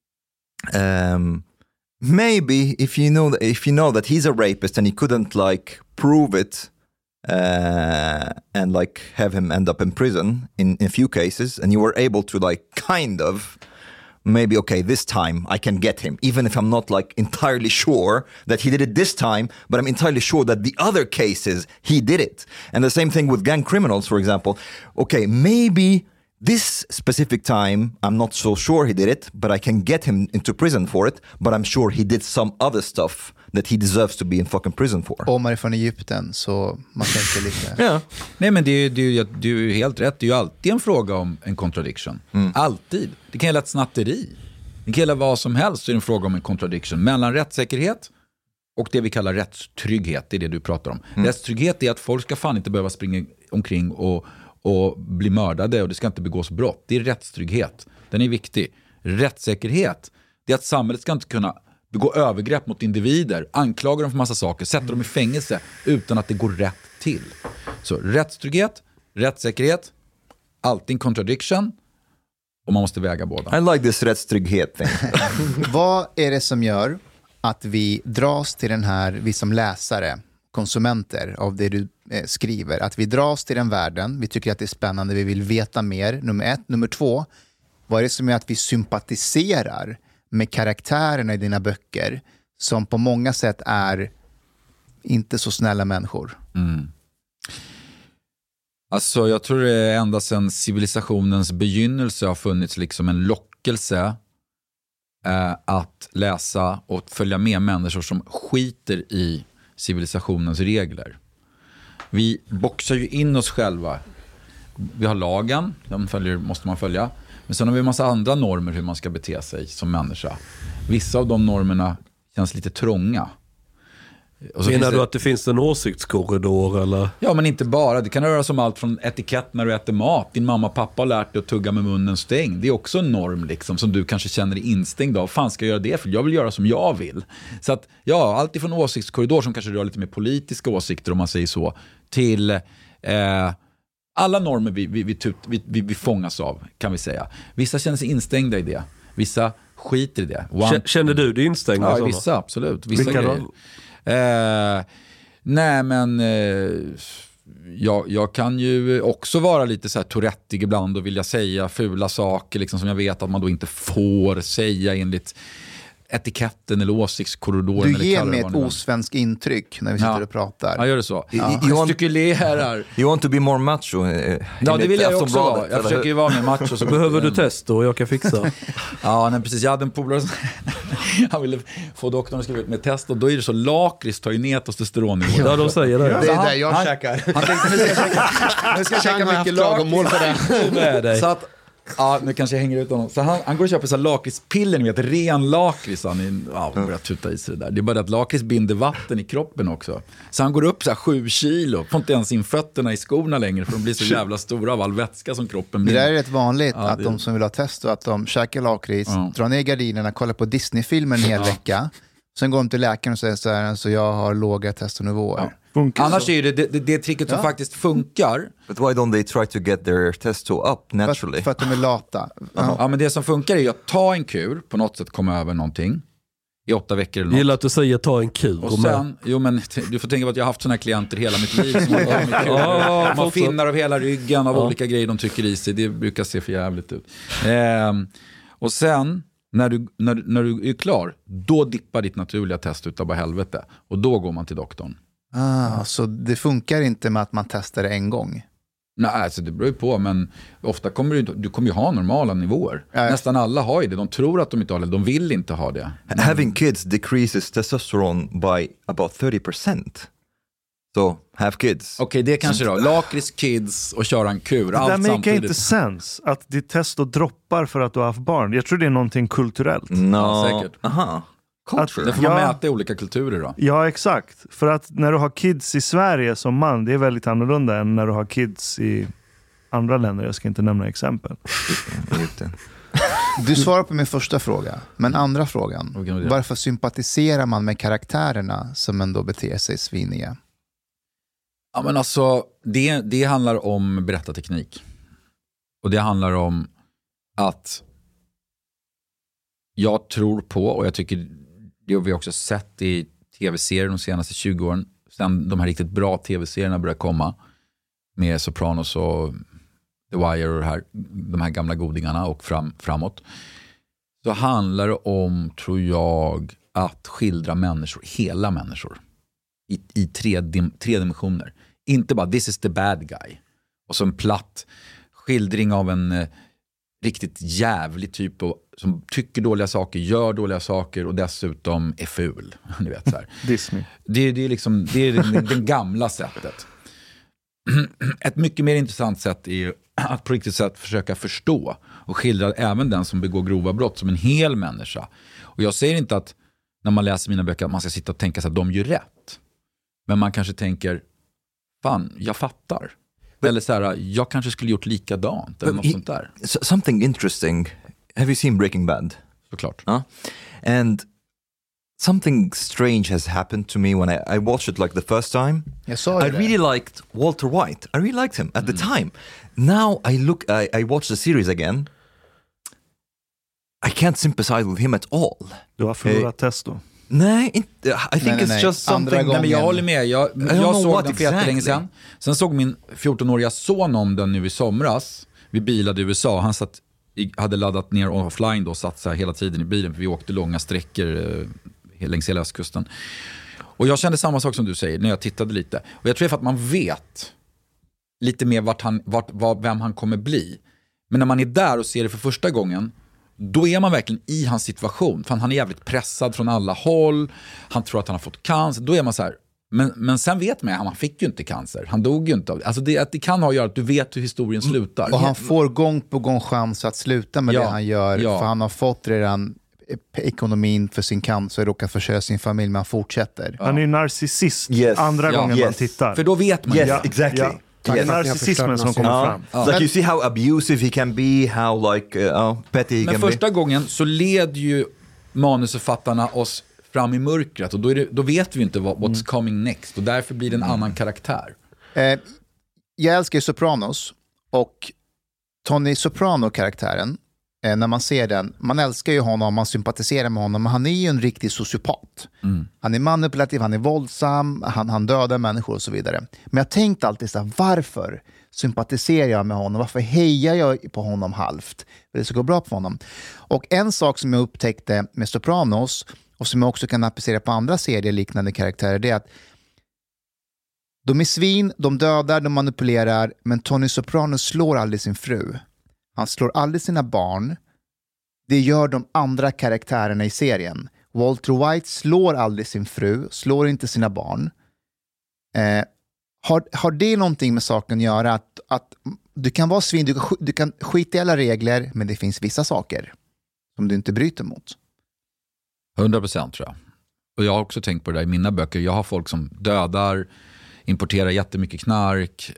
maybe if you know that he's a rapist and he couldn't like prove it, and like have him end up in prison in a few cases, and you were able to like kind of maybe, okay, this time I can get him, even if I'm not like entirely sure that he did it this time, but I'm entirely sure that the other cases he did it. And the same thing with gang criminals, for example. Okay, maybe this specific time I'm not so sure he did it, but I can get him into prison for it, but I'm sure he did some other stuff that he deserves to be in fucking prison for. Om man är från Egypten, så man tänker lite... Ja. Nej, men det är ju helt rätt. Det är ju alltid en fråga om en contradiction. Alltid. Det kan gälla ett snatteri. Det kan gälla vad som helst, så är det en fråga om en contradiction. Mellan rättssäkerhet och det vi kallar rättstrygghet. Det är det du pratar om. Rättstrygghet är att folk ska fan inte behöva springa omkring och bli mördade, och det ska inte begås brott. Det är rättstrygghet. Den är viktig. Rättssäkerhet, det är att samhället ska inte kunna begå övergrepp mot individer, anklaga dem för massa saker, sätta dem i fängelse utan att det går rätt till. Så rättstrygghet, rättssäkerhet, alltid en contradiction, och man måste väga båda. I like this rättstrygghet thing. Vad är det som gör att vi dras till den här, vi som läsare, konsumenter av det du skriver, att vi dras till den världen, vi tycker att det är spännande, vi vill veta mer, nummer 1. Nummer 2, vad är det som gör att vi sympatiserar med karaktärerna i dina böcker som på många sätt är inte så snälla människor? Alltså jag tror det är ända sedan civilisationens begynnelse har funnits liksom en lockelse att läsa och följa med människor som skiter i civilisationens regler. Vi boxar ju in oss själva. Vi har lagen, den måste man följa. Men sen har vi en massa andra normer hur man ska bete sig som människa. Vissa av de normerna känns lite trånga. Menar du att det finns en åsiktskorridor eller? Ja, men inte bara. Det kan röra sig om allt från etikett när du äter mat. Din mamma och pappa har lärt dig att tugga med munnen stängd. Det är också en norm liksom, som du kanske känner dig instängd av. Fan ska jag göra det? För jag vill göra som jag vill. Så att, ja, allt ifrån åsiktskorridor som kanske rör lite mer politiska åsikter, om man säger så, till alla normer vi fångas av, kan vi säga. Vissa känner sig instängda i det. Vissa skiter i det. Känner du dig instängd? Ja, vissa, absolut. Vissa vilka grejer. Nej, men jag kan ju också vara lite så här tourettig ibland och vilja säga fula saker liksom, som jag vet att man då inte får säga enligt etiketten eller åsiktskorridoren. Du ger mig ett osvensk intryck när vi sitter och pratar. Ja, gör det så. You want to be more macho? Ja, det vill jag också vara. Jag försöker ju vara mer macho. Så behöver du testa och jag kan fixa. Ja, nej, precis. Jag hade en polare som han ville få doktorn att skriva ut med test, och då är det så lakrits tar ju ner testosteronnivån. Ja, de säger det. Det är där jag käkar. Han tänkte, nu ska jag käka mycket lagom mål för det. Så att Ja, nu kanske jag hänger ut honom. Så han går och köper så här lakritspiller, ni vet, ren lakrits. Han börjar tuta i sig det där. Det är bara det att lakrits binder vatten i kroppen också. Så han går upp så här 7 kilo, får inte ens in fötterna i skorna längre för de blir så jävla stora av all vätska som kroppen blir. Det där är rätt vanligt, att de som vill ha test och att de käkar lakrits, drar ner gardinerna, kollar på Disney-filmer en hel vecka. Sen går de till läkaren och säger så här, alltså jag har låga testosteronivåer. Annars är det tricket som faktiskt funkar. But why don't they try to get their testo up naturally? För att de är lata. Ja, men det som funkar är att ta en kur, på något sätt komma över någonting i 8 veckor eller något. Gillar att du säger ta en kur. Och sen, men du får tänka på att jag har haft såna här klienter hela mitt liv. Som man finnar av hela ryggen av olika grejer de tycker i sig. Det brukar se för jävligt ut. Och sen, när du är klar, då dippar ditt naturliga test utav bara helvete. Och då går man till doktorn. Så det funkar inte med att man testar det en gång? Nej, alltså det beror ju på, men ofta kommer du kommer ju ha normala nivåer. Nästan alla har ju det. De tror att de inte har det, de vill inte ha det. Having kids decreases testosterone by about 30%. So, have kids. Okej, det kanske då. Lakrits, kids och köra en kur. Det allt där make samtidigt. inte sens. Att ditt testo droppar för att du har haft barn. Jag tror det är någonting kulturellt. No. Ja, säkert. Aha. Culture. Det får man mäta i olika kulturer då. Ja, exakt. För att när du har kids i Sverige som man, det är väldigt annorlunda än när du har kids i andra länder. Jag ska inte nämna exempel. Du svarar på min första fråga. Men andra frågan. Varför sympatiserar man med karaktärerna som ändå beter sig sviniga? Ja, men alltså, det handlar om berättarteknik. Och det handlar om att jag tror på, och jag tycker det har vi också sett i tv-serier de senaste 20 åren, sen de här riktigt bra tv-serierna börjar komma med Sopranos och The Wire och de här gamla godingarna och framåt, så handlar det om, tror jag, att skildra människor, hela människor i tre dimensioner. Inte bara this is the bad guy och så en platt skildring av en riktigt jävlig typ som tycker dåliga saker, gör dåliga saker och dessutom är ful. Ni vet, så här. Disney. Det är det gamla sättet. Ett mycket mer intressant sätt är att på riktigt sätt försöka förstå och skildra även den som begår grova brott som en hel människa. Och jag säger inte att när man läser mina böcker att man ska sitta och tänka sig att de gör rätt. Men man kanske tänker, fan, jag fattar. Eller så här, jag kanske skulle gjort likadant eller något sånt där. Something interesting. Have you seen Breaking Bad? Såklart. And something strange has happened to me when I watched it like the first time. I really liked Walter White. I really liked him at the time. Now I watch the series again. I can't sympathize with him at all. Du har förlorat testo. Nej, inte. I think it's just something. Nej, men jag håller med. Jag såg den för jättelänge sedan. Sen såg min 14-åriga son om den nu i somras. Vi bilade i USA. Han hade laddat ner offline då och satt så här hela tiden i bilen. För vi åkte långa sträckor längs hela östkusten. Och jag kände samma sak som du säger när jag tittade lite. Och jag tror för att man vet lite mer vem han kommer bli. Men när man är där och ser det för första gången, då är man verkligen i hans situation. För han är jävligt pressad från alla håll. Han tror att han har fått cancer. Då är man så här. Men sen vet man att han fick ju inte cancer. Han dog ju inte av det. Alltså det kan ha att göra att du vet hur historien slutar. Och han får gång på gång chans att sluta med det han gör. För han har fått redan ekonomin för sin cancer och råkar försörja sin familj, men han fortsätter. Han är ju narcissist andra gången man tittar. För då vet man. Yes, exactly. Det är narcissismen som kommer fram. Like you see how abusive he can be, how like petty he can be. Men första gången så leder ju manusförfattarna oss fram i mörkret och då vet vi inte what's coming next och därför blir det en annan karaktär. Jag älskar Sopranos och Tony Soprano-karaktären, när man ser den, man älskar ju honom, man sympatiserar med honom, men han är ju en riktig sociopat. Han är manipulativ, han är våldsam, han dödar människor och så vidare. Men jag tänkte alltid så här, varför sympatiserar jag med honom? Varför hejar jag på honom halvt? Det ska gå bra på honom. Och en sak som jag upptäckte med Sopranos och som jag också kan applicera på andra serier liknande karaktärer, det är att de är svin, de dödar, de manipulerar, men Tony Soprano slår aldrig sin fru. Han slår aldrig sina barn. Det gör de andra karaktärerna i serien. Walter White slår aldrig sin fru, slår inte sina barn. Har det någonting med saken att göra? Att du kan vara svin, du kan skita i alla regler, men det finns vissa saker som du inte bryter mot. 100% tror jag. Och jag har också tänkt på det där i mina böcker. Jag har folk som dödar, importerar jättemycket knark,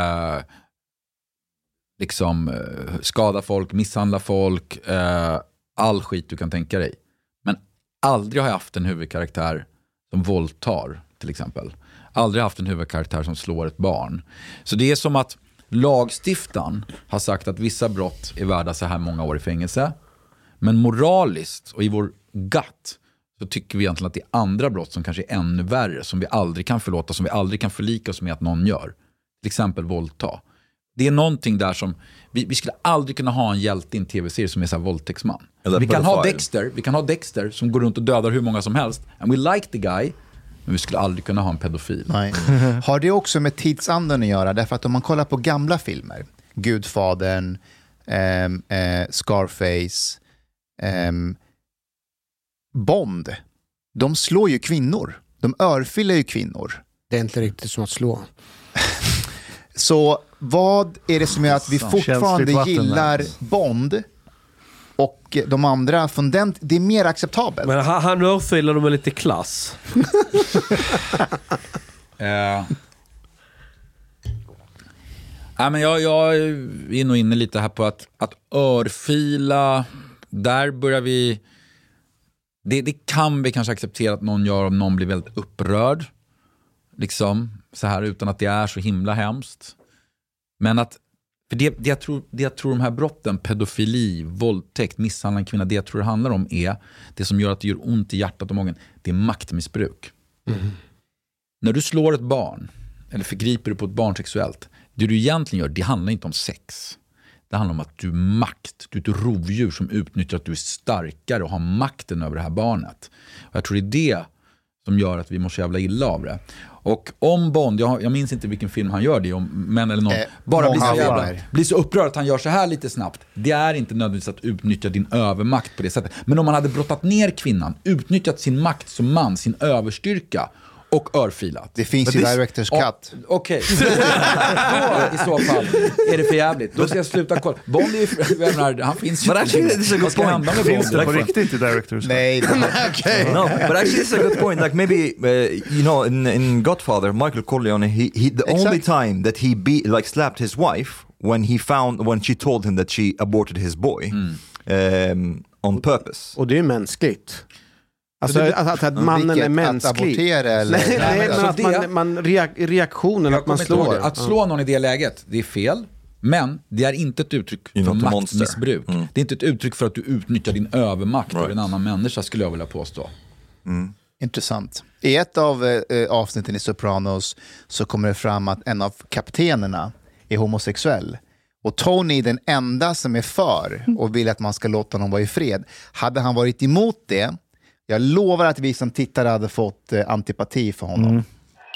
skadar folk, misshandlar folk, all skit du kan tänka dig. Men aldrig har jag haft en huvudkaraktär som våldtar, till exempel. Aldrig haft en huvudkaraktär som slår ett barn. Så det är som att lagstiftaren har sagt att vissa brott är värda så här många år i fängelse. Men moraliskt och i vår gut så tycker vi egentligen att det är andra brott som kanske är ännu värre, som vi aldrig kan förlåta, som vi aldrig kan förlika oss med att någon gör. Till exempel våldta. Det är någonting där som vi skulle aldrig kunna ha en hjälte i en tv-serie som är så här våldtäktsman. Vi kan ha Dexter som går runt och dödar hur många som helst. And we like the guy, men vi skulle aldrig kunna ha en pedofil. Nej. Har det också med tidsandan att göra? Därför att om man kollar på gamla filmer, Gudfadern, Scarface, Bond, de slår ju kvinnor. De örfilar ju kvinnor. Det är inte riktigt som att slå. Så vad är det som gör att vi fortfarande gillar Bond och de andra från den, det är mer acceptabelt? Men han örfilar med lite klass. Men jag är nog inne lite här på att örfila, där börjar vi... Det kan vi kanske acceptera att någon gör om någon blir väldigt upprörd. Liksom så här, utan att det är så himla hemskt. Men att, för det jag tror de här brotten, pedofili, våldtäkt, misshandel av kvinna, det jag tror det handlar om är det som gör att det gör ont i hjärtat och magen, det är maktmissbruk. Mm. När du slår ett barn eller förgriper du på ett barn sexuellt, det du egentligen gör, det handlar inte om sex. Det handlar om att du är makt. Du är ett rovdjur som utnyttjar att du är starkare och har makten över det här barnet. Och jag tror det är det som gör att vi mår så jävla illa av det. Och om Bond, jag minns inte vilken film han gör det om, men eller någon, bara blir så upprörd att han gör så här lite snabbt. Det är inte nödvändigtvis att utnyttja din övermakt på det sättet. Men om man hade brottat ner kvinnan, utnyttjat sin makt som man, sin överstyrka och örfilat. Det finns ju director's cut. Okej. I så fall är det för jävligt. Då ska jag sluta kolla. Bond är ju, han finns ju. But actually, this is a good point. Finns det på riktigt i director's cut? Nej. Okay. No, but actually it's a good point. Like maybe you know, in Godfather, Michael Corleone, he the only time that he slapped his wife when she told him that she aborted his boy on purpose. Och det är mänskligt. Alltså att mannen är mänsklig. Att abortera eller? Nej, men att reaktionen att man slår. Att slå någon i det läget, det är fel. Men det är inte ett uttryck för maktmissbruk. Det är inte ett uttryck för att du utnyttjar din övermakt över en annan människa, skulle jag vilja påstå. Intressant. I ett av avsnitten i Sopranos så kommer det fram att en av kaptenerna är homosexuell. Och Tony är den enda som är för och vill att man ska låta honom vara i fred. Hade han varit emot det, jag lovar att vi som tittare hade fått antipati för honom.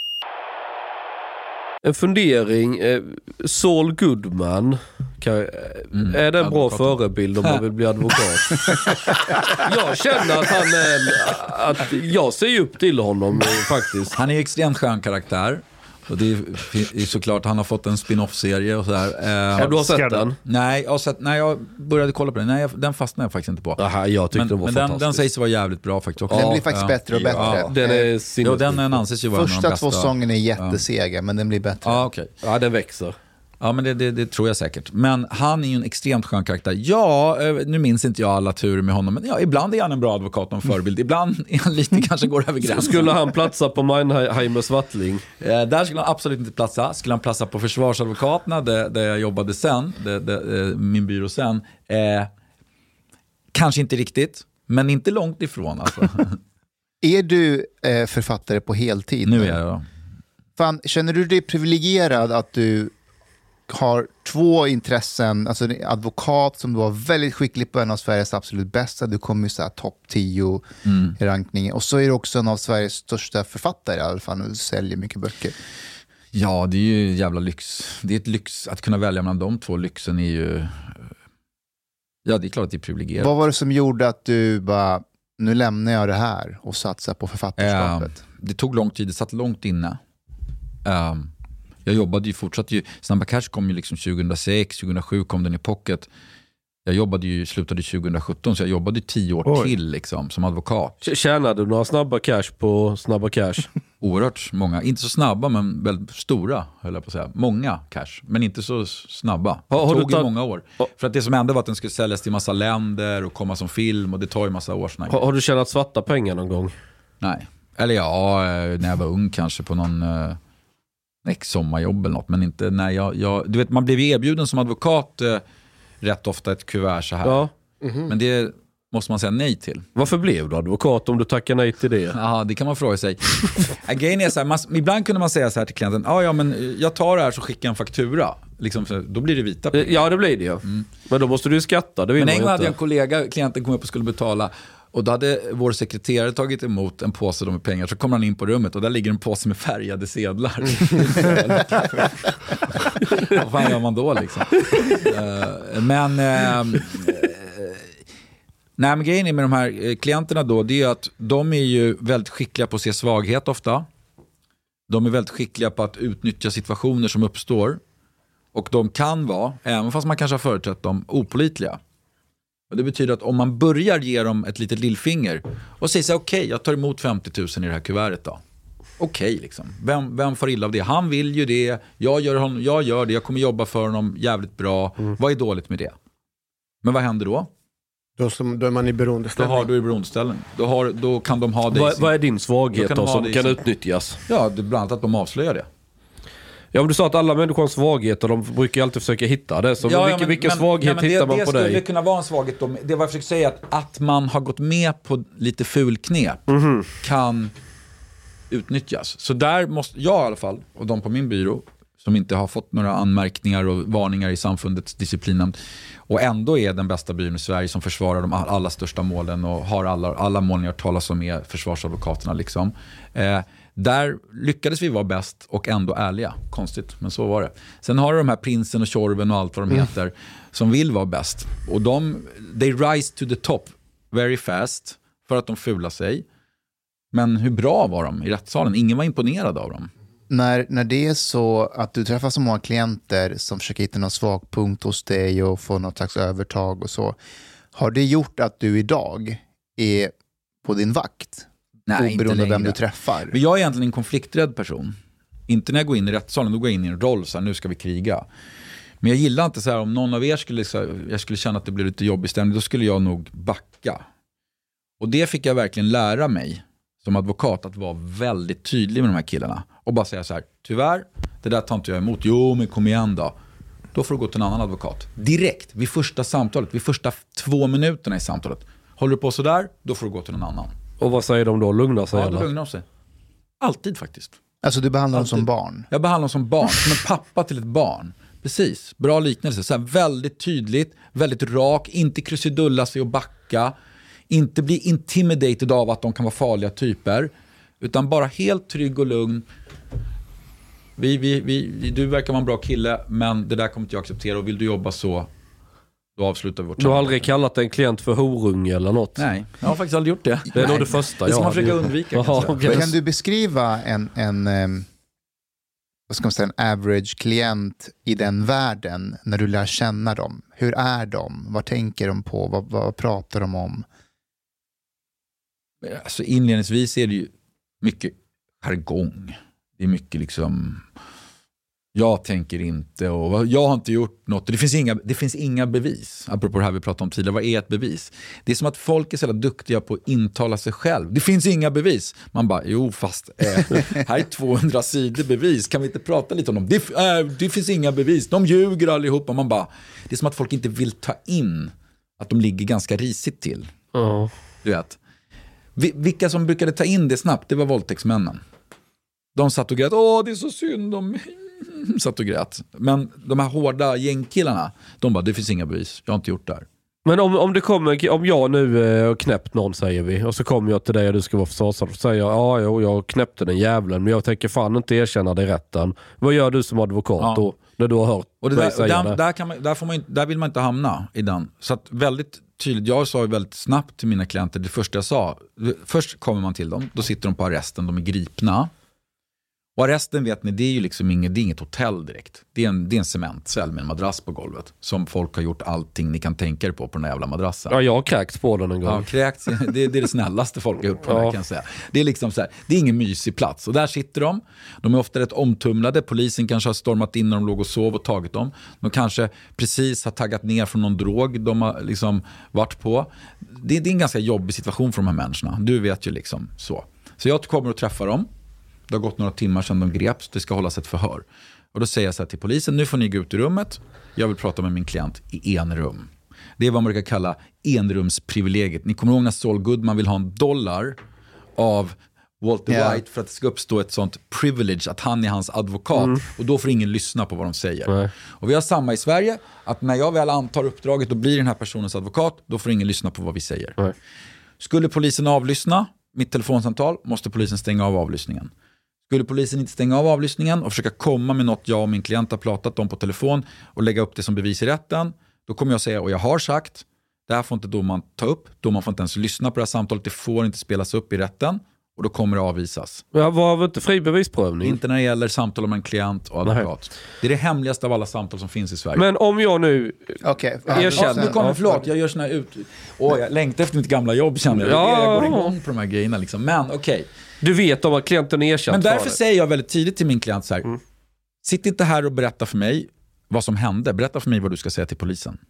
En fundering, Saul Goodman, är det en bra förebild om man vill bli advokat? Jag känner att jag ser upp till honom faktiskt. Han är extremt skön karaktär. Och det är såklart, han har fått en spin-off-serie och sådär. Du har sett den? Nej, jag började kolla på den. Nej, den fastnade jag faktiskt inte på. Aha, jag tyckte den var fantastisk. Den sägs vara jävligt bra faktiskt också. Den blir faktiskt bättre och bättre. Ja, den anses ju vara första en av de bästa. 2 säsongerna är jättesega, men den blir bättre. Ja, okej. Ja, den växer. Ja, men det tror jag säkert. Men han är ju en extremt skön karaktär. Ja, nu minns inte jag alla turer med honom. Men ja, ibland är han en bra advokat och en förebild. Ibland är han lite, kanske går över gränsen. Skulle han platsa på Mannheimers Wattling? Där skulle han absolut inte platsa. Skulle han platsa på försvarsadvokaterna där jag jobbade sen, min byrå sen. Kanske inte riktigt, men inte långt ifrån alltså. Är du författare på heltid? Nu är jag då. Fan, känner du dig privilegierad att du har 2 intressen, alltså advokat som du var väldigt skicklig på, en av Sveriges absolut bästa, du kommer ju såhär topp 10 i rankningen, och så är du också en av Sveriges största författare i alla fall, och du säljer mycket böcker. Ja, det är ju jävla lyx. Det är ett lyx att kunna välja mellan de 2. Lyxen är ju, ja, det är klart att det är privilegierat. Vad var det som gjorde att du bara, nu lämnar jag det här och satsar på författarskapet? Det tog lång tid, det satt långt inne. Jag jobbade ju, fortsatte ju, Snabba Cash kom ju liksom 2006, 2007 kom den i pocket. Jag slutade 2017, så jag jobbade 10 år till liksom, som advokat. Tjänade du några snabba cash på Snabba Cash? Oerhört många. Inte så snabba, men väldigt stora, höll jag på att säga. Många cash, men inte så snabba. Det tog ju många år. För att det som hände var att den skulle säljas till massa länder och komma som film, och det tar ju massa år. Har du tjänat svarta pengar någon gång? Nej. Eller när jag var ung kanske på någon sommarjobb eller något. Men inte när du vet, man blev erbjuden som advokat rätt ofta ett kuvert så här. Ja. Men det måste man säga nej till. Varför blev du advokat om du tackar nej till det? Ja, det kan man fråga sig. Grejen är så här, ibland kunde man säga så här till klienten, ja men jag tar det här så skickar jag en faktura. Liksom, då blir det vita pengar. Ja, det blir det ju. Men då måste du ju skatta. Det vill men en gång inte. hade jag en kollega, klienten kom upp och skulle betala. Och då hade vår sekreterare tagit emot en påse med pengar. Så kommer han in på rummet och där ligger en påse med färgade sedlar. Vad fan gör man då liksom? Men grejen är med de här klienterna då, det är att de är ju väldigt skickliga på att se svaghet ofta. De är väldigt skickliga på att utnyttja situationer som uppstår. Och de kan vara, även fast man kanske har företrätt dem, opålitliga. Och det betyder att om man börjar ge dem ett litet lillfinger och säger så här, okej, jag tar emot 50 000 i det här kuvertet då. Okej, liksom. Vem får illa av det? Han vill ju det, jag gör det, jag kommer jobba för honom jävligt bra. Vad är dåligt med det? Men vad händer då? Då är man i beroendeställning. Då har du i beroendeställning. Då kan de ha det. Vad är din svaghet då som kan utnyttjas? Ja, det är bland annat att de avslöjar det. Ja, men du sa att alla människor har svagheter, de brukar alltid försöka hitta det. Så vilken svaghet hittar man på dig? Det skulle kunna vara en svaghet. Det var jag försöker säga, att man har gått med på lite fulknep kan utnyttjas. Så där måste jag i alla fall, och de på min byrå som inte har fått några anmärkningar och varningar i samfundets disciplinen, och ändå är den bästa byrån i Sverige som försvarar de allra största målen och har alla målningar talas som är försvarsadvokaterna liksom. Där lyckades vi vara bäst och ändå ärliga. Konstigt, men så var det. Sen har du de här prinsen och Tjorven och allt vad de heter som vill vara bäst. Och they rise to the top very fast för att de fular sig. Men hur bra var de i rättssalen? Ingen var imponerad av dem. När det är så att du träffar så många klienter som försöker hitta någon svag punkt hos dig och få något slags övertag och så, har det gjort att du idag är på din vakt? Nej, oberoende av vem du träffar. Men jag är egentligen en konflikträdd person. Inte när jag går in i rättssalen, då går jag in i en roll så här, nu ska vi kriga. Men jag gillar inte så här, om någon av er jag skulle känna att det blir lite jobbig stämning, då skulle jag nog backa. Och det fick jag verkligen lära mig som advokat, att vara väldigt tydlig med de här killarna. Och bara säga så här, tyvärr, det där tar inte jag emot. Jo, men kom igen då. Då får du gå till en annan advokat. Direkt, vid första samtalet, vid första 2 minuterna i samtalet. Håller du på så där, då får du gå till någon annan. Och vad säger de då? Lugna sig? Ja, då lugnar de sig. Alltid faktiskt. Alltså du behandlar dem som barn? Jag behandlar dem som barn, som en pappa till ett barn. Precis, bra liknelse. Så här, väldigt tydligt, väldigt rak, inte krusidulla sig och backa. Inte bli intimidated av att de kan vara farliga typer. Utan bara helt trygg och lugn. Du verkar vara en bra kille, men det där kommer inte jag acceptera. Och vill du jobba så, då avslutar vi vårt samtal. Du har aldrig kallat en klient för horunge eller något? Nej, jag har faktiskt aldrig gjort det. Det är nog det första. Det ska man försöka undvika. Kan du beskriva vad ska man säga, en average klient i den världen när du lär känna dem? Hur är de? Vad tänker de på? Vad pratar de om? Alltså inledningsvis är det ju mycket jargong. Det är mycket liksom, jag tänker inte och jag har inte gjort något. Det finns inga bevis. Apropå det här vi pratade om tidigare, vad är ett bevis? Det är som att folk är så duktiga på att intala sig själv. Det finns inga bevis. Man bara, jo fast här är 200 sidor bevis. Kan vi inte prata lite om dem? Det finns inga bevis. De ljuger allihopa. Man bara, det är som att folk inte vill ta in att de ligger ganska risigt till. Du vet. Vilka som brukade ta in det snabbt, det var våldtäktsmännen. De satt och grät, det är så synd om satt och grät. Men de här hårda gängkillarna, de bara, det finns inga bevis, jag har inte gjort det här. Men om jag nu har knäppt någon, säger vi, och så kommer jag till dig och du ska vara försvarsadvokat, och säger jag knäppte den jävlen, men jag tänker fan inte erkänna det i rätten. Vad gör du som advokat då, när du har hört och mig säga det? Där vill man inte hamna i den. Så att väldigt tydligt, jag sa väldigt snabbt till mina klienter, det första jag sa, först kommer man till dem, då sitter de på arresten, de är gripna. Och resten vet ni, det är ju liksom inget hotell direkt. Det är en cementcell med en madrass på golvet. Som folk har gjort allting ni kan tänka er på den här jävla madrassen. Ja, jag har kräkts på den en gång. Ja, kräkts, det är det snällaste folk har gjort på den här, kan jag säga. Det är liksom så här, det är ingen mysig plats. Och där sitter de. De är ofta rätt omtumlade. Polisen kanske har stormat in när de låg och sov och tagit dem. De kanske precis har taggat ner från någon drog de har liksom varit på. Det är en ganska jobbig situation för de här människorna. Du vet ju liksom så. Så jag kommer att träffa dem. Det har gått några timmar sedan de greps. Det ska hållas ett förhör. Och då säger jag så här till polisen, nu får ni gå ut ur rummet. Jag vill prata med min klient i en rum. Det är vad man brukar kalla enrumsprivilegiet. Ni kommer ihåg när Saul Goodman vill ha $1 av Walter White för att det ska uppstå ett sånt privilege att han är hans advokat. Och då får ingen lyssna på vad de säger. Nej. Och vi har samma i Sverige, att när jag väl antar uppdraget och blir den här personens advokat, då får ingen lyssna på vad vi säger. Nej. Skulle polisen avlyssna mitt telefonsamtal, måste polisen stänga av avlyssningen. Skulle polisen inte stänga av avlyssningen och försöka komma med något jag och min klient har pratat om på telefon och lägga upp det som bevis i rätten, då kommer jag säga, och jag har sagt, det här får inte domaren ta upp, domaren får inte ens lyssna på det här samtalet, det får inte spelas upp i rätten och då kommer det avvisas. Ja, var inte fri bevisprövning? Inte när det gäller samtal om en klient och advokat. Nej. Det är det hemligaste av alla samtal som finns i Sverige. Men om jag nu erkänner... förlåt, jag gör såna här jag längtar efter mitt gamla jobb, känner jag. Jag går igång på de här grejerna liksom. Men okej. Du vet om att klienten är erkänd. Men därför säger jag väldigt tidigt till min klient så här. Sitt inte här och berätta för mig vad som hände. Berätta för mig vad du ska säga till polisen.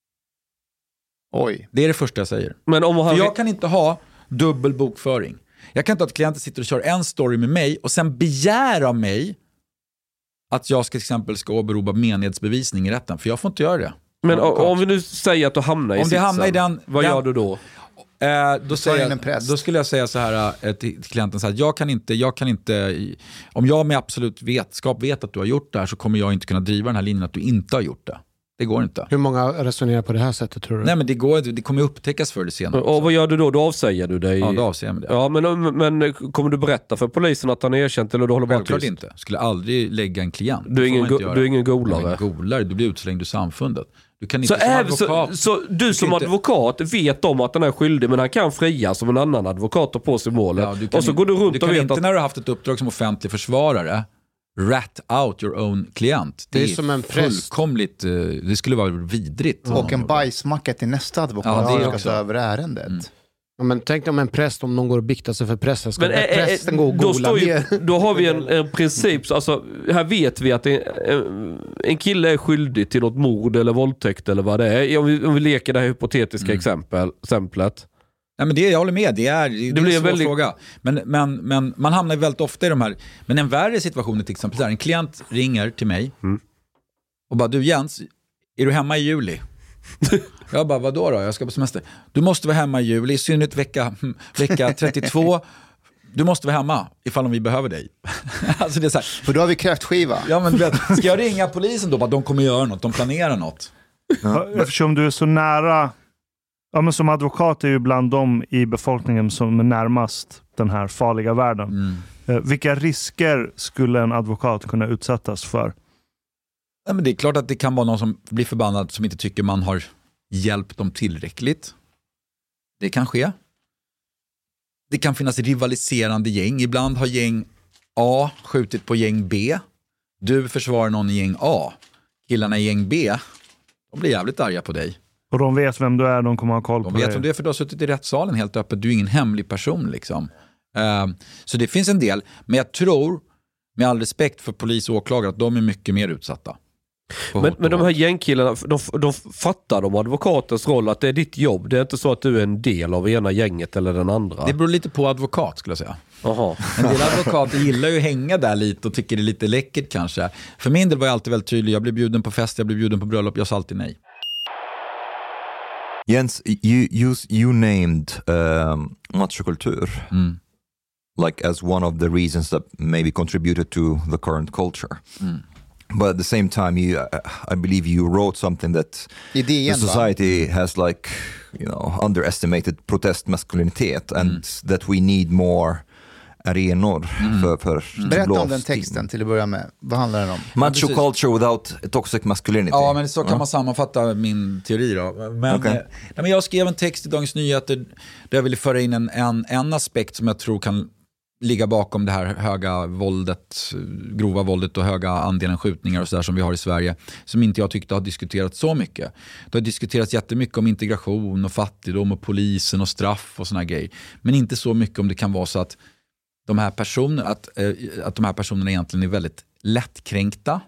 Oj. Det är det första jag säger. Men om för jag kan inte ha dubbel bokföring. Jag kan inte ha att klienten sitter och kör en story med mig och sen begär av mig att jag till exempel ska åberopa menighetsbevisning i rätten. För jag får inte göra det. Men om vi nu säger att du hamnar i sitsen, hamnar i den, vad gör du då? Då skulle jag säga så här till klienten så här, jag kan inte om jag med absolut vetskap vet att du har gjort det här, så kommer jag inte kunna driva den här linjen att du inte har gjort det. Det går inte. Hur många resonerar på det här sättet, tror du? Nej, men det kommer upptäckas för det senare. Och vad gör du då? Då avsäger du dig? Ja, då avsäger jag mig det. Ja, men kommer du berätta för polisen att han är erkänt, eller du håller bara tyst? Självklart inte. Skulle aldrig lägga en klient. Du är ingen golare. Golare, du blir utslängd ur samfundet. Du kan inte så du som advokat vet om att den är skyldig, men han kan frias som en annan advokat och på sig målet. Och så går du runt och vet inte att... när du har haft ett uppdrag som offentlig försvarare rat out your own klient. Det är som en präst. Fullkomligt, det skulle vara vidrigt. Och en bajsmacka till nästa advokat som ska ta över ärendet. Ja, men tänk dig om en präst, om någon går och biktar sig för prästen, ska prästen gå och gola ner? Då har vi en princip, alltså här vet vi att en kille är skyldig till något mord eller våldtäkt eller vad det är. Om vi leker det här hypotetiska exemplet. Ja, men jag håller med, det är en svår fråga. Men man hamnar väldigt ofta i de här. Men en värre situation till exempel, en klient ringer till mig och bara, du Jens, är du hemma i juli? Jag bara, vadå då? Jag ska på semester. Du måste vara hemma i juli, i synnerhet vecka 32. Du måste vara hemma ifall vi behöver dig. Alltså det är så här. För då har vi kräftskiva. Ja, men vet, ska jag ringa polisen då? Bara, de kommer göra något, de planerar något. Eftersom du är så nära. Ja, men som advokat är ju bland dem i befolkningen som är närmast den här farliga världen. Vilka risker skulle en advokat kunna utsättas för? Ja, men det är klart att det kan vara någon som blir förbannad som inte tycker man har hjälpt dem tillräckligt. Det kan ske. Det kan finnas rivaliserande gäng. Ibland har gäng A skjutit på gäng B. Du försvarar någon i gäng A. Killarna i gäng B, de blir jävligt arga på dig. Och de vet vem du är, de kommer ha koll på dig. De vet vem du är, för du har suttit i rättssalen helt öppet. Du är ingen hemlig person liksom. Så det finns en del. Men jag tror, med all respekt för polis och åklagare, att de är mycket mer utsatta. Men de här gängkillarna, de fattar om advokatens roll, att det är ditt jobb. Det är inte så att du är en del av ena gänget eller den andra. Det beror lite på advokat, skulle jag säga. Aha. En del advokater gillar ju att hänga där lite och tycker det är lite läckert kanske. För min del var jag alltid väldigt tydlig. Jag blev bjuden på fest, jag blev bjuden på bröllop. Jag sa alltid nej. Jens, you named machokultur like as one of the reasons that maybe contributed to the current culture. But at the same time, I believe you wrote something that the society has like, underestimated protest maskulinitet and that we need more arenor för berätta om den texten till att börja med. Vad handlar den om? Macho culture without toxic masculinity. Ja, men så kan man sammanfatta min teori då. Men jag skrev en text i Dagens Nyheter där jag ville föra in en aspekt som jag tror kan ligga bakom det här höga våldet, grova våldet och höga andelen skjutningar och så där som vi har i Sverige, som inte jag tyckte har diskuterats så mycket. Det har diskuterats jättemycket om integration och fattigdom och polisen och straff och såna grejer, men inte så mycket om det kan vara så att de här personerna, att de här personerna egentligen är väldigt lättkränkta,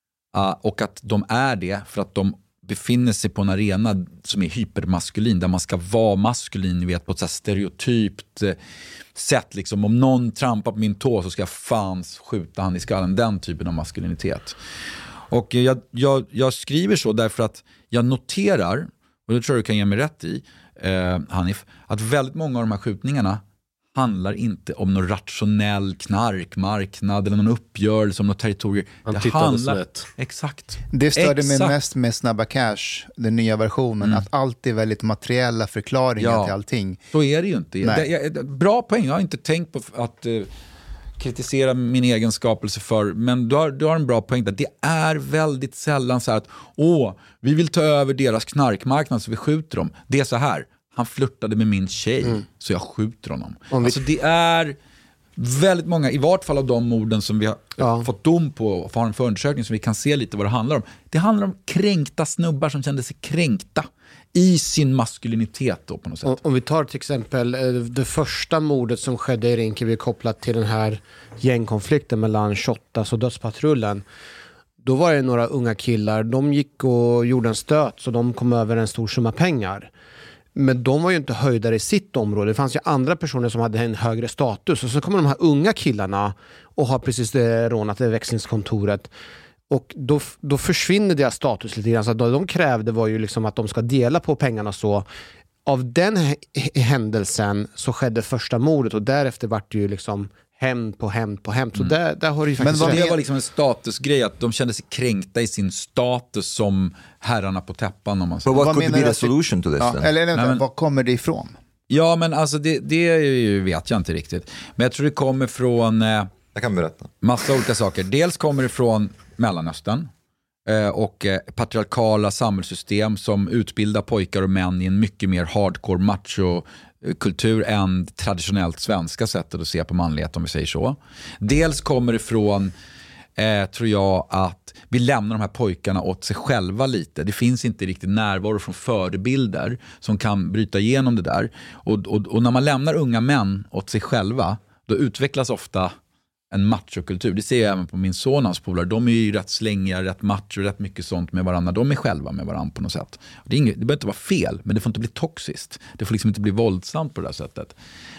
och att de är det för att de befinner sig på en arena som är hypermaskulin, där man ska vara maskulin, vet, på ett så här stereotypt sätt. Liksom, om någon trampar på min tå så ska jag fan skjuta han i skallen. Den typen av maskulinitet. Och jag skriver så därför att jag noterar, och det tror jag du kan ge mig rätt i, Hanif, att väldigt många av de här skjutningarna handlar inte om någon rationell knarkmarknad eller någon uppgörelse om något territorium. Det handlar... Exakt. Det störde mig mest med Snabba Cash, den nya versionen, att allt är väldigt materiella förklaringar till allting. Så är det ju inte. Bra poäng, jag har inte tänkt på att kritisera min egen skapelse för, men du har en bra poäng där. Det är väldigt sällan så här att vi vill ta över deras knarkmarknad så vi skjuter dem. Det är så här. Han flirtade med min tjej, så jag skjuter honom. Alltså det är väldigt många, i vart fall av de morden som vi har fått dom på och har en förundersökning som vi kan se lite vad det handlar om. Det handlar om kränkta snubbar som kände sig kränkta i sin maskulinitet då, på något sätt. Om vi tar till exempel det första mordet som skedde i Rinkeby kopplat till den här gängkonflikten mellan Shottaz och Dödspatrullen. Då var det några unga killar, de gick och gjorde en stöt så de kom över en stor summa pengar. Men de var ju inte höjdare i sitt område. Det fanns ju andra personer som hade en högre status. Och så kommer de här unga killarna och har precis rånat det växlingskontoret. Och då försvinner deras status lite grann. Så att de krävde var ju liksom att de ska dela på pengarna så. Av den händelsen så skedde första mordet. Och därefter var det ju liksom hämnd på hämnd på hämnd. Så där har det ju faktiskt... Men det var liksom en statusgrej att de kände sig kränkta i sin status som herrarna på täppan, om man säger. But what could be the solution to this then? Eller vad kommer det ifrån? Ja, men alltså det vet jag inte riktigt. Men jag tror det kommer från jag kan berätta. Massa olika saker. Dels kommer det från Mellanöstern och patriarkala samhällssystem som utbildar pojkar och män i en mycket mer hardcore macho kultur än traditionellt svenska sättet att se på manlighet, om vi säger så. Dels kommer det från tror jag att vi lämnar de här pojkarna åt sig själva lite. Det finns inte riktigt närvaro från förebilder som kan bryta igenom det där. Och när man lämnar unga män åt sig själva, då utvecklas ofta en machokultur. Det ser jag även på min sonans polare. De är ju rätt slängiga, rätt macho, rätt mycket sånt med varandra. De är själva med varandra på något sätt. Det behöver inte vara fel, men det får inte bli toxiskt. Det får liksom inte bli våldsamt på det här sättet.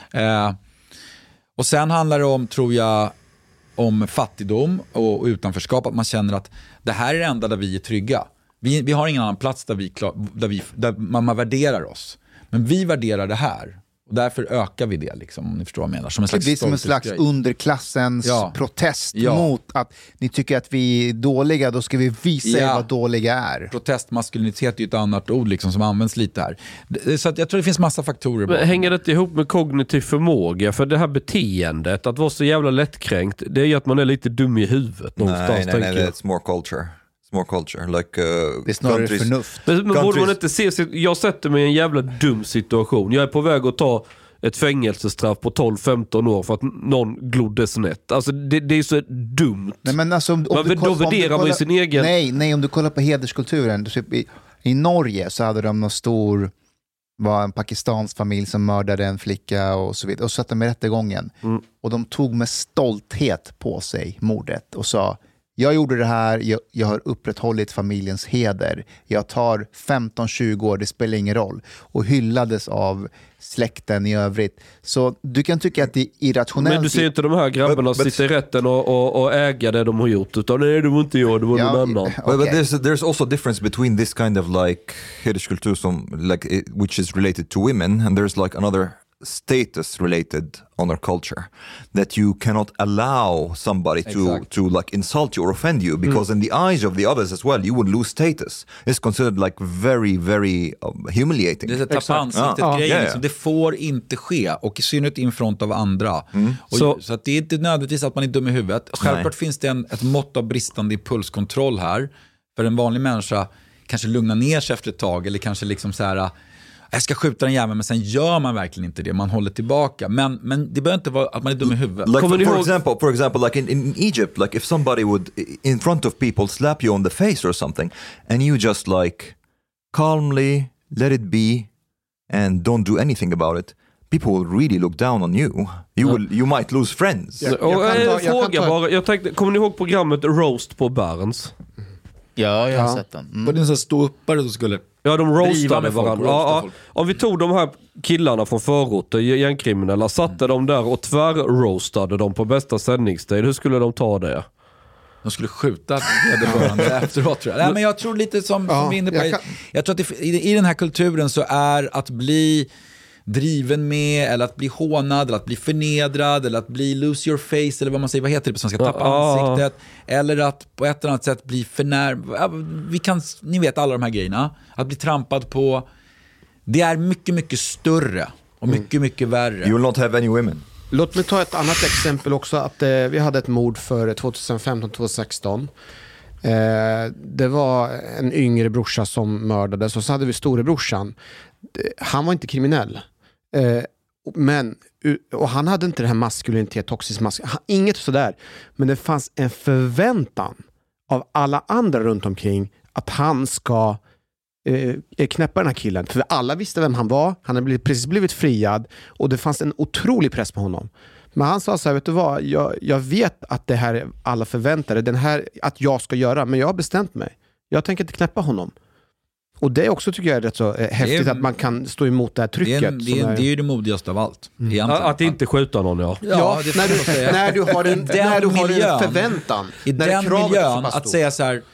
Och sen handlar det om, tror jag, om fattigdom och utanförskap. Att man känner att det här är det enda där vi är trygga. Vi har ingen annan plats där man värderar oss. Men vi värderar det här. Och därför ökar vi det, liksom, om ni förstår vad jag menar. Som en slags det är som en slags underklassens protest mot att ni tycker att vi är dåliga, då ska vi visa er vad dåliga är. Protestmaskulinitet är ju ett annat ord liksom, som används lite här. Så att jag tror det finns massa faktorer. Men hänger det ihop med kognitiv förmåga? För det här beteendet, att vara så jävla lättkränkt, det är ju att man är lite dum i huvudet någonstans. Nej, it's more culture. More culture, like, det är snarare förnuft. Men borde man inte se, jag sätter mig i en jävla dum situation. Jag är på väg att ta ett fängelsestraff på 12-15 år för att någon glodde snett. Alltså det är så dumt. Nej, men alltså, då värderar man ju sin egen... Nej, om du kollar på hederskulturen. I Norge så hade de någon var en pakistansk familj som mördade en flicka och så vidare. Och så satt de i rättegången. Och de tog med stolthet på sig mordet och sa: jag gjorde det här, jag har upprätthållit familjens heder. Jag tar 15-20 år, det spelar ingen roll. Och hyllades av släkten i övrigt. Så du kan tycka att det är irrationellt. Men du ser inte de här grabbarna sitta i rätten och äga det de har gjort. Utan nej, det var inte jag, det var någon annan. Okay. But there's also a difference between this kind of like hederskultur which is related to women, and there's like another status related honor culture that you cannot allow somebody to like insult you or offend you, because in the eyes of the others as well you would lose status. It's considered like very, very humiliating. Det är tappa ansiktet grejen. Liksom. Det får inte ske, och i synnerhet in front av andra. Så att det är inte nödvändigtvis att man är dum i huvudet. Självklart finns det ett mått av bristande impulskontroll här. För en vanlig människa kanske lugna ner sig efter ett tag, eller kanske liksom så här jag ska skjuta den jäveln, men sen gör man verkligen inte det. Man håller tillbaka. Men det behöver inte vara att man är dum i huvudet. Like for example, like in Egypt, like if somebody would in front of people slap you on the face or something, and you just like calmly let it be and don't do anything about it, people will really look down on you. You might lose friends. Jag tänkte, kommer ni ihåg programmet Roast på Berns? Ja, jag har sett den. Var det en sån här ståuppare som skulle... Ja, de roastade folk, varandra. Om vi tog de här killarna från förorten, gängkriminella, satte dem där och tvärroastade dem på bästa sändningstid. Hur skulle de ta det? De skulle skjuta vederbörande efteråt, tror jag. Nej, men jag tror lite som vi är inne på. Jag tror att i den här kulturen så är att bli driven med, eller att bli hånad, eller att bli förnedrad, eller att bli lose your face, eller vad man säger, vad heter det på svenska, tappa ansiktet, eller att på ett eller annat sätt bli ni vet alla de här grejerna, att bli trampad på, det är mycket, mycket större och mycket, mycket värre. You will not have any women. Låt mig ta ett annat exempel också, att vi hade ett mord för 2015-2016. Det var en yngre brorsa som mördades, och så hade vi storebrorsan. Han var inte kriminell, och han hade inte det här maskulinitet, toxisk inget sådär, men det fanns en förväntan av alla andra runt omkring att han ska knäppa den här killen, för alla visste vem han var, han hade precis blivit friad, och det fanns en otrolig press på honom. Men han sa så här, vet du vad, jag vet att det här alla förväntade, den här att jag ska göra, men jag har bestämt mig, jag tänker inte knäppa honom. Och det också tycker jag är rätt så häftigt, att man kan stå emot det här trycket. Det är ju det modigaste av allt. Att inte skjuta någon, när du har en förväntan. I den miljön, att säga så här,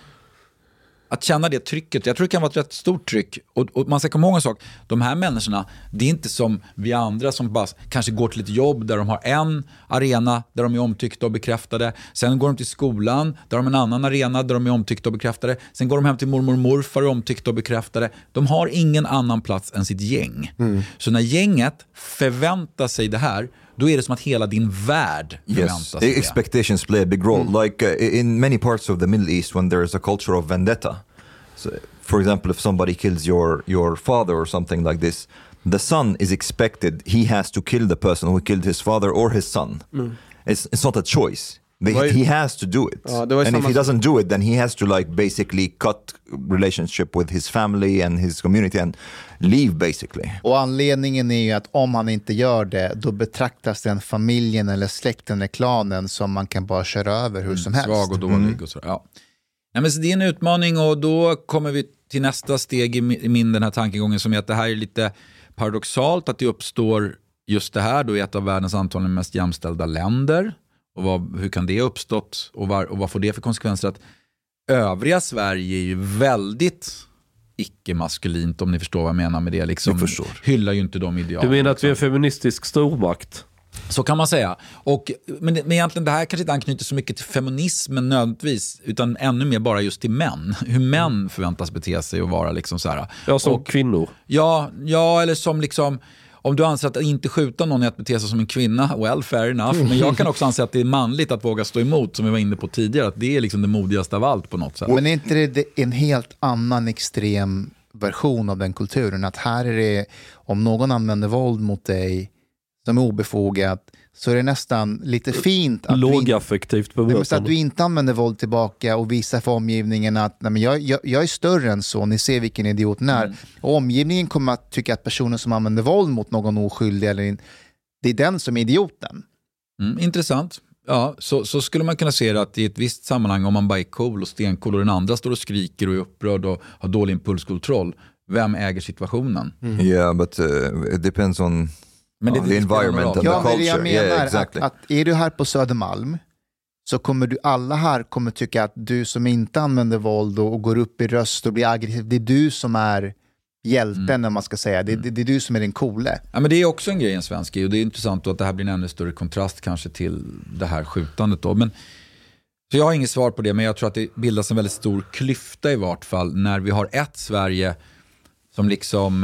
att känna det trycket, jag tror det kan vara ett rätt stort tryck, och man ska komma ihåg en sak, de här människorna, det är inte som vi andra som bara kanske går till ett jobb där de har en arena där de är omtyckta och bekräftade, sen går de till skolan där de har en annan arena där de är omtyckta och bekräftade, sen går de hem till mormor och morfar och omtyckta och bekräftade. De har ingen annan plats än sitt gäng. Så när gänget förväntar sig det här, då är det som att hela din värld förväntar sig. Expectations play a big role. Like in many parts of the Middle East, when there is a culture of vendetta. So, for example, if somebody kills your father or something like this, the son is expected, he has to kill the person who killed his father or his son. It's not a choice. He has to do it. And if he doesn't do it, then he has to like basically cut relationship with his family and his community and leave basically. Och anledningen är ju att om han inte gör det, då betraktas den familjen eller släkten eller klanen som man kan bara köra över hur som helst. Svag och dålig och så. Ja. Nej, men så det är en utmaning, och då kommer vi till nästa steg i den här tankegången, som är att det här är lite paradoxalt att det uppstår just det här då i ett av världens antagligen mest jämställda länder. Och hur kan det uppstått, och vad får det för konsekvenser? Att övriga Sverige är ju väldigt icke-maskulint, om ni förstår vad jag menar med det. Liksom, hyllar ju inte de idealen. Du menar att vi är en feministisk stormakt? Så kan man säga. Men egentligen det här kanske inte anknyter så mycket till feminismen nödvändigtvis, utan ännu mer bara just till män. Hur män förväntas bete sig och vara liksom så här. Ja, som kvinnor. Ja, eller som liksom, om du anser att inte skjuta någon är att bete sig som en kvinna, well, fair enough. Men jag kan också anse att det är manligt att våga stå emot, som vi var inne på tidigare, att det är liksom det modigaste av allt på något sätt. Men är inte det en helt annan extrem version av den kulturen? Att här är det, om någon använder våld mot dig som är obefogat, så är det nästan lite fint att lågaffektivt bemötande. Att du inte använder våld tillbaka och visar för omgivningen att nej, men jag är större än så, ni ser vilken idiot den är. Och omgivningen kommer att tycka att personen som använder våld mot någon oskyldig, det är den som är idioten. Intressant. Ja, så skulle man kunna se det, att i ett visst sammanhang, om man bara är cool och stencool och den andra står och skriker och är upprörd och har dålig impulskontroll, vem äger situationen? Yeah, but it depends on the environment and the culture. Jag menar att är du här på Södermalm, så kommer alla här kommer tycka att du som inte använder våld och går upp i röst och blir aggressiv, det är du som är hjälten, om man ska säga. Det är du som är den coole. Ja, men det är också en grej i en svensk, och det är intressant då att det här blir en ännu större kontrast kanske till det här skjutandet då. Men, så jag har inget svar på det, men jag tror att det bildas en väldigt stor klyfta i vart fall när vi har ett Sverige som liksom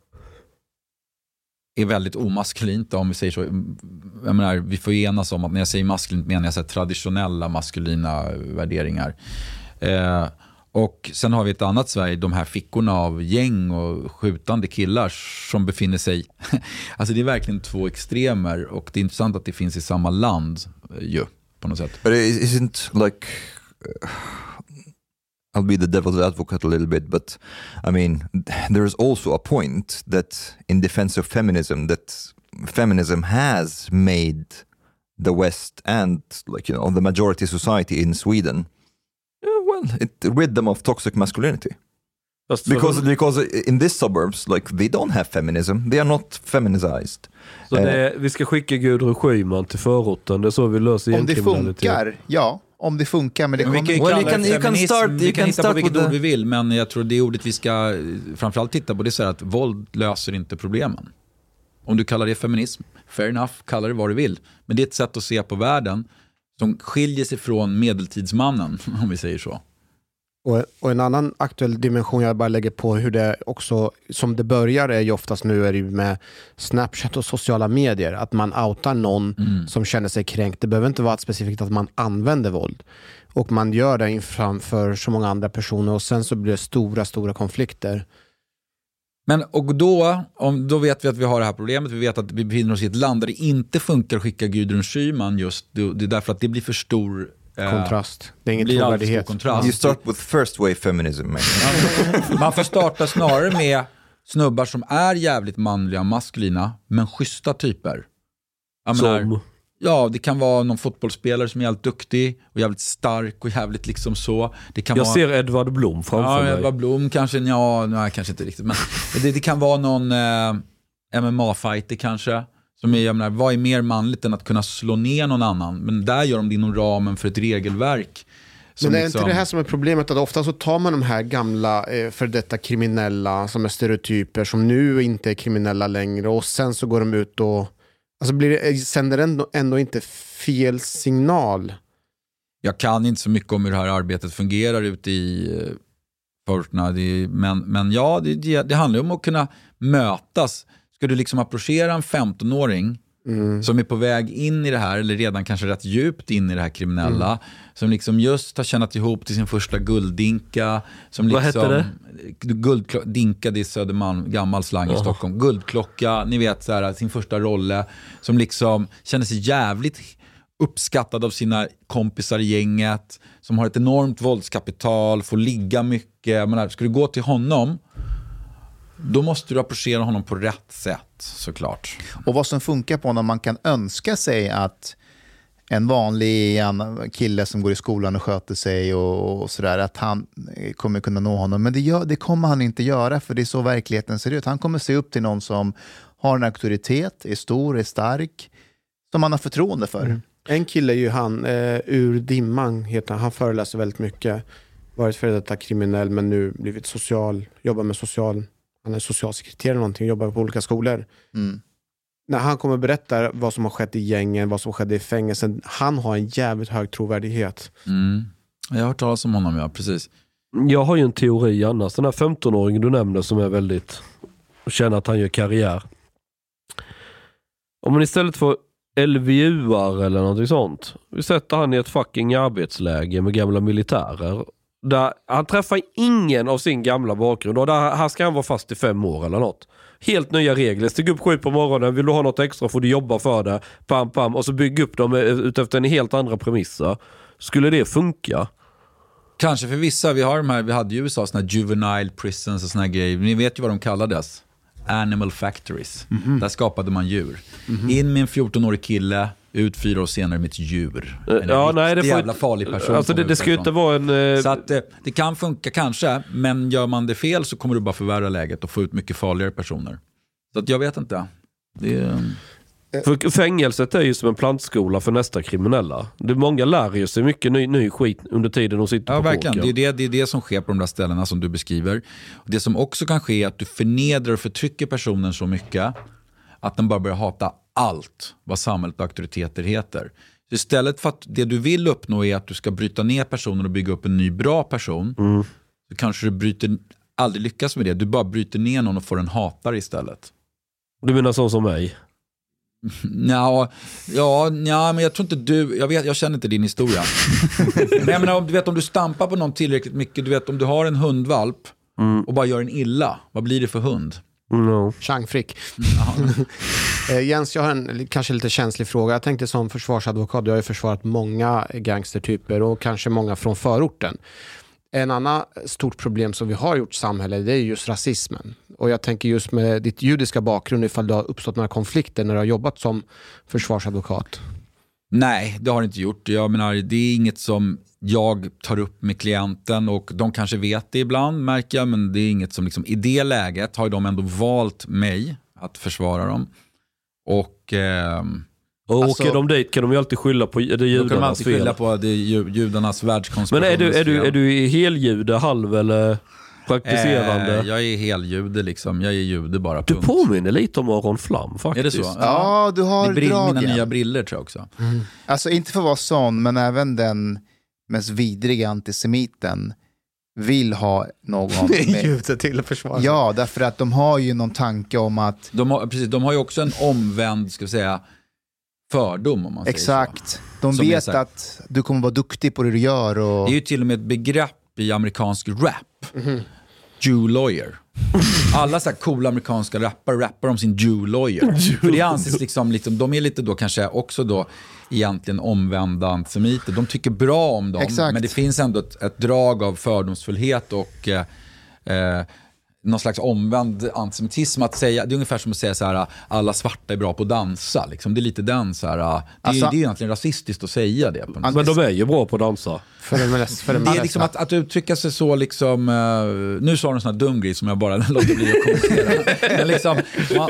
är väldigt omaskulint, om vi säger så. Jag menar, vi får enas om att när jag säger maskulint menar jag så här traditionella maskulina värderingar. Och sen har vi ett annat Sverige, de här fickorna av gäng och skjutande killar som befinner sig, alltså det är verkligen två extremer, och det är intressant att det finns i samma land ju, på något sätt. But isn't like... I'll be the devil's advocate a little bit, but I mean, there is also a point that in defense of feminism, that feminism has made the West and, like, you know, the majority society in Sweden, it rid them of toxic masculinity. Because in these suburbs, like, they don't have feminism, they are not feminized. Så vi ska skicka Gudrun Schyman till förorten, det är så vi löser gängkriminalitet. Om det funkar, ja. Om det funkar, men det kommer... Vi kan hitta på vilket ord vi vill, men jag tror det ordet vi ska framförallt titta på, det är så här att våld löser inte problemen. Om du kallar det feminism, fair enough, kalla det vad du vill. Men det är ett sätt att se på världen som skiljer sig från medeltidsmannen, om vi säger så. Och en annan aktuell dimension jag bara lägger på hur det också, som det börjar är ju oftast nu är det med Snapchat och sociala medier, att man outar någon som känner sig kränkt. Det behöver inte vara specifikt att man använder våld. Och man gör det framför så många andra personer, och sen så blir det stora konflikter. Men och då vet vi att vi har det här problemet. Vi vet att vi befinner oss i ett land där det inte funkar att skicka Gudrun Schyman just. Det är därför att det blir för stor kontrast. Det är ingen trovärdighet. You start with first wave feminism. Man får starta snarare med snubbar som är jävligt manliga och maskulina, men schyssta typer. Ja, det kan vara någon fotbollsspelare som är jävligt duktig och jävligt stark och jävligt liksom så. Det kan vara... ser Edvard Blom framför mig. Edvard Blom kanske, kanske inte riktigt. Men det kan vara någon MMA-fighter kanske. Som är, jag menar, vad är mer manligt än att kunna slå ner någon annan? Men där gör de det inom ramen för ett regelverk. Men det är inte det här som är problemet, att ofta så tar man de här gamla för detta kriminella som är stereotyper som nu inte är kriminella längre, och sen så går de ut och alltså sänder ändå inte fel signal. Jag kan inte så mycket om hur det här arbetet fungerar ute i förorterna, men ja, det handlar om att kunna mötas. Ska du liksom approchera en 15-åring som är på väg in i det här, eller redan kanske rätt djupt in i det här kriminella, som liksom just har tjänat ihop till sin första gulddinka, som vad liksom, heter det? Dinka, det är Södermalm, gammal slang i Stockholm. Guldklocka, ni vet så här, sin första rolle, som liksom känner sig jävligt uppskattad av sina kompisar i gänget, som har ett enormt våldskapital, får ligga mycket. Men ska du gå till honom, då måste du approchera honom på rätt sätt, såklart. Och vad som funkar på honom, man kan önska sig att en vanlig kille som går i skolan och sköter sig och sådär, att han kommer kunna nå honom. Men det kommer han inte göra, för det är så verkligheten ser ut. Han kommer se upp till någon som har en auktoritet, är stor, är stark, som han har förtroende för. En kille är ju han, Ur Dimman heter han föreläser väldigt mycket. Varit för detta kriminell, men nu blivit jobbar med han är socialsekreterare eller någonting, jobbar på olika skolor. När han kommer berätta vad som har skett i gängen, vad som skedde i fängelsen, han har en jävligt hög trovärdighet. Jag har hört talas om honom, ja, precis. Jag har ju en teori annars. Den här 15-åringen du nämnde som är väldigt, känner att han gör karriär. Om man istället för LVU-ar eller något sånt, vi sätter han i ett fucking arbetsläge med gamla militärer. Där han träffar ingen av sin gamla bakgrund, och där här ska han vara fast i 5 år eller något. Helt nya regler, stig upp 7 på morgonen, vill du ha något extra får du jobba för det, pam, och så bygga upp dem utefter en helt andra premisser. Skulle det funka? Kanske för vissa. Vi hade ju i USA såna här juvenile prisons och såna här grejer. Ni vet ju vad de kallades. Animal factories. Där skapade man djur. In med en 14-årig kille, ut 4 år senare med ett djur. En jävla farlig person. Alltså det ska ju inte vara en... Så att det kan funka kanske, men gör man det fel så kommer du bara förvärra läget och få ut mycket farligare personer. Så att jag vet inte. För fängelset är ju som en plantskola för nästa kriminella. Många lär ju sig mycket ny skit under tiden de sitter på verkligen. kåken. Det är det som sker på de där ställena som du beskriver. Det som också kan ske är att du förnedrar och förtrycker personen så mycket att den bara börjar hata allt vad samhället och auktoriteter heter. Så istället för att det du vill uppnå är att du ska bryta ner personen och bygga upp en ny bra person, så kanske du aldrig lyckas med det. Du bara bryter ner någon och får en hatare istället. Du menar sån som mig? Men jag tror inte jag känner inte din historia. Men jag menar, du vet, om du stampar på någon tillräckligt mycket, du vet, om du har en hundvalp och bara gör en illa, vad blir det för hund? Changfrick. Jens, jag har en kanske lite känslig fråga. Jag tänkte som försvarsadvokat, jag har ju försvarat många gangstertyper och kanske många från förorten. En annan stort problem som vi har gjort i samhället, det är just rasismen. Och jag tänker just med ditt judiska bakgrund, ifall det har uppstått några konflikter när du har jobbat som försvarsadvokat. Nej, det har det inte gjort. Jag menar, det är inget som jag tar upp med klienten, och de kanske vet det ibland, märker jag, men det är inget som liksom, i det läget har de ändå valt mig att försvara dem. Och åker de dit kan de ju alltid skylla på det judarnas kan de alltid skylla fel. på det judarnas världskonspiration. Men är du heljude, halv eller praktiserande? Jag är heljude liksom. Jag är jude bara. Du påminner lite om Aron Flam faktiskt. Är det så? Ja, du har mina dragen. nya briller tror jag också. Alltså inte för att vara sån, men även den mest vidriga antisemiten vill ha någon med... Ljudet till försvar. Ja, därför att de har ju någon tanke om att... De har ju också en omvänd, ska vi säga, fördom, om man säger Exakt. så. De Som vet är så här, att du kommer vara duktig på det du gör. Och... Det är ju till och med ett begrepp i amerikansk rap. Jew lawyer. Alla så här coola amerikanska rappar om sin Jew lawyer. För det anses liksom, de är lite då kanske också då egentligen omvända antisemiter. De tycker bra om dem. Exakt. Men det finns ändå ett drag av fördomsfullhet och någon slags omvänd antisemitism att säga. Det är ungefär som att säga så här: alla svarta är bra på att dansa liksom. Det är lite den så här, det är egentligen rasistiskt att säga det på något Men de är ju bra på att dansa. För det är liksom att uttrycka sig så liksom, nu sa de en sån här dum grej som jag bara låter bli att kommentera. Men liksom,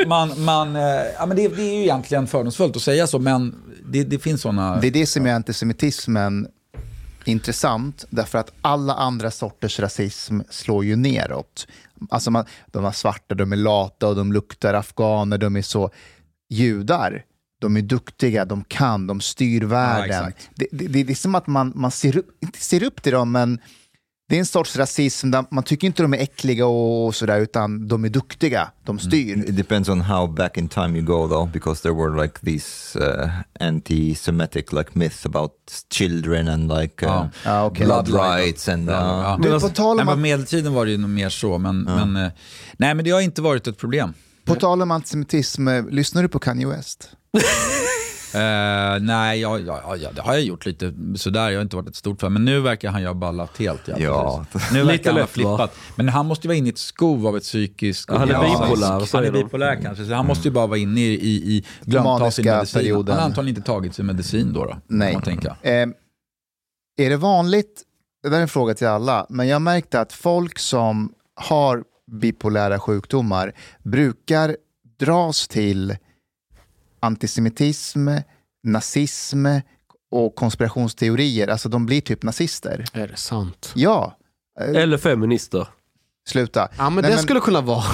men det är ju egentligen fördomsfullt att säga så, men det finns såna. Det är det som är antisemitismen intressant, därför att alla andra sorters rasism slår ju neråt. Alltså de är svarta, de är lata och de luktar afghaner, de är så. Judar, de är duktiga, de kan, de styr världen. Det är som att man inte ser upp till dem, men det är en sorts rasism där man tycker inte de är äckliga och sådär, utan de är duktiga, de styr. It depends on how back in time you go though, because there were like these anti-Semitic like myths about children and like blood rights and På medeltiden var det ju nog mer så, men det har inte varit ett problem. På tal om antisemitism, lyssnar du på Kanye West? Nej, det har jag gjort lite sådär. Jag har inte varit ett stort fan, men nu verkar han ju ha ballat helt. Ja. Nu verkar han ha flippat. Men han måste ju vara inne i ett skov av ett psykiskt... Han är bipolär. Han är bipolär kanske, så han måste ju bara vara inne i glömta sin medicin. Perioden. Han har antagligen inte tagit sin medicin då. Nej. Man tänka. Är det vanligt, det där är en fråga till alla, men jag märkte att folk som har bipolära sjukdomar brukar dras till antisemitism, nazism och konspirationsteorier. Alltså de blir typ nazister. Är det sant? Ja. Eller feminister. Sluta. Ja, men det skulle kunna vara.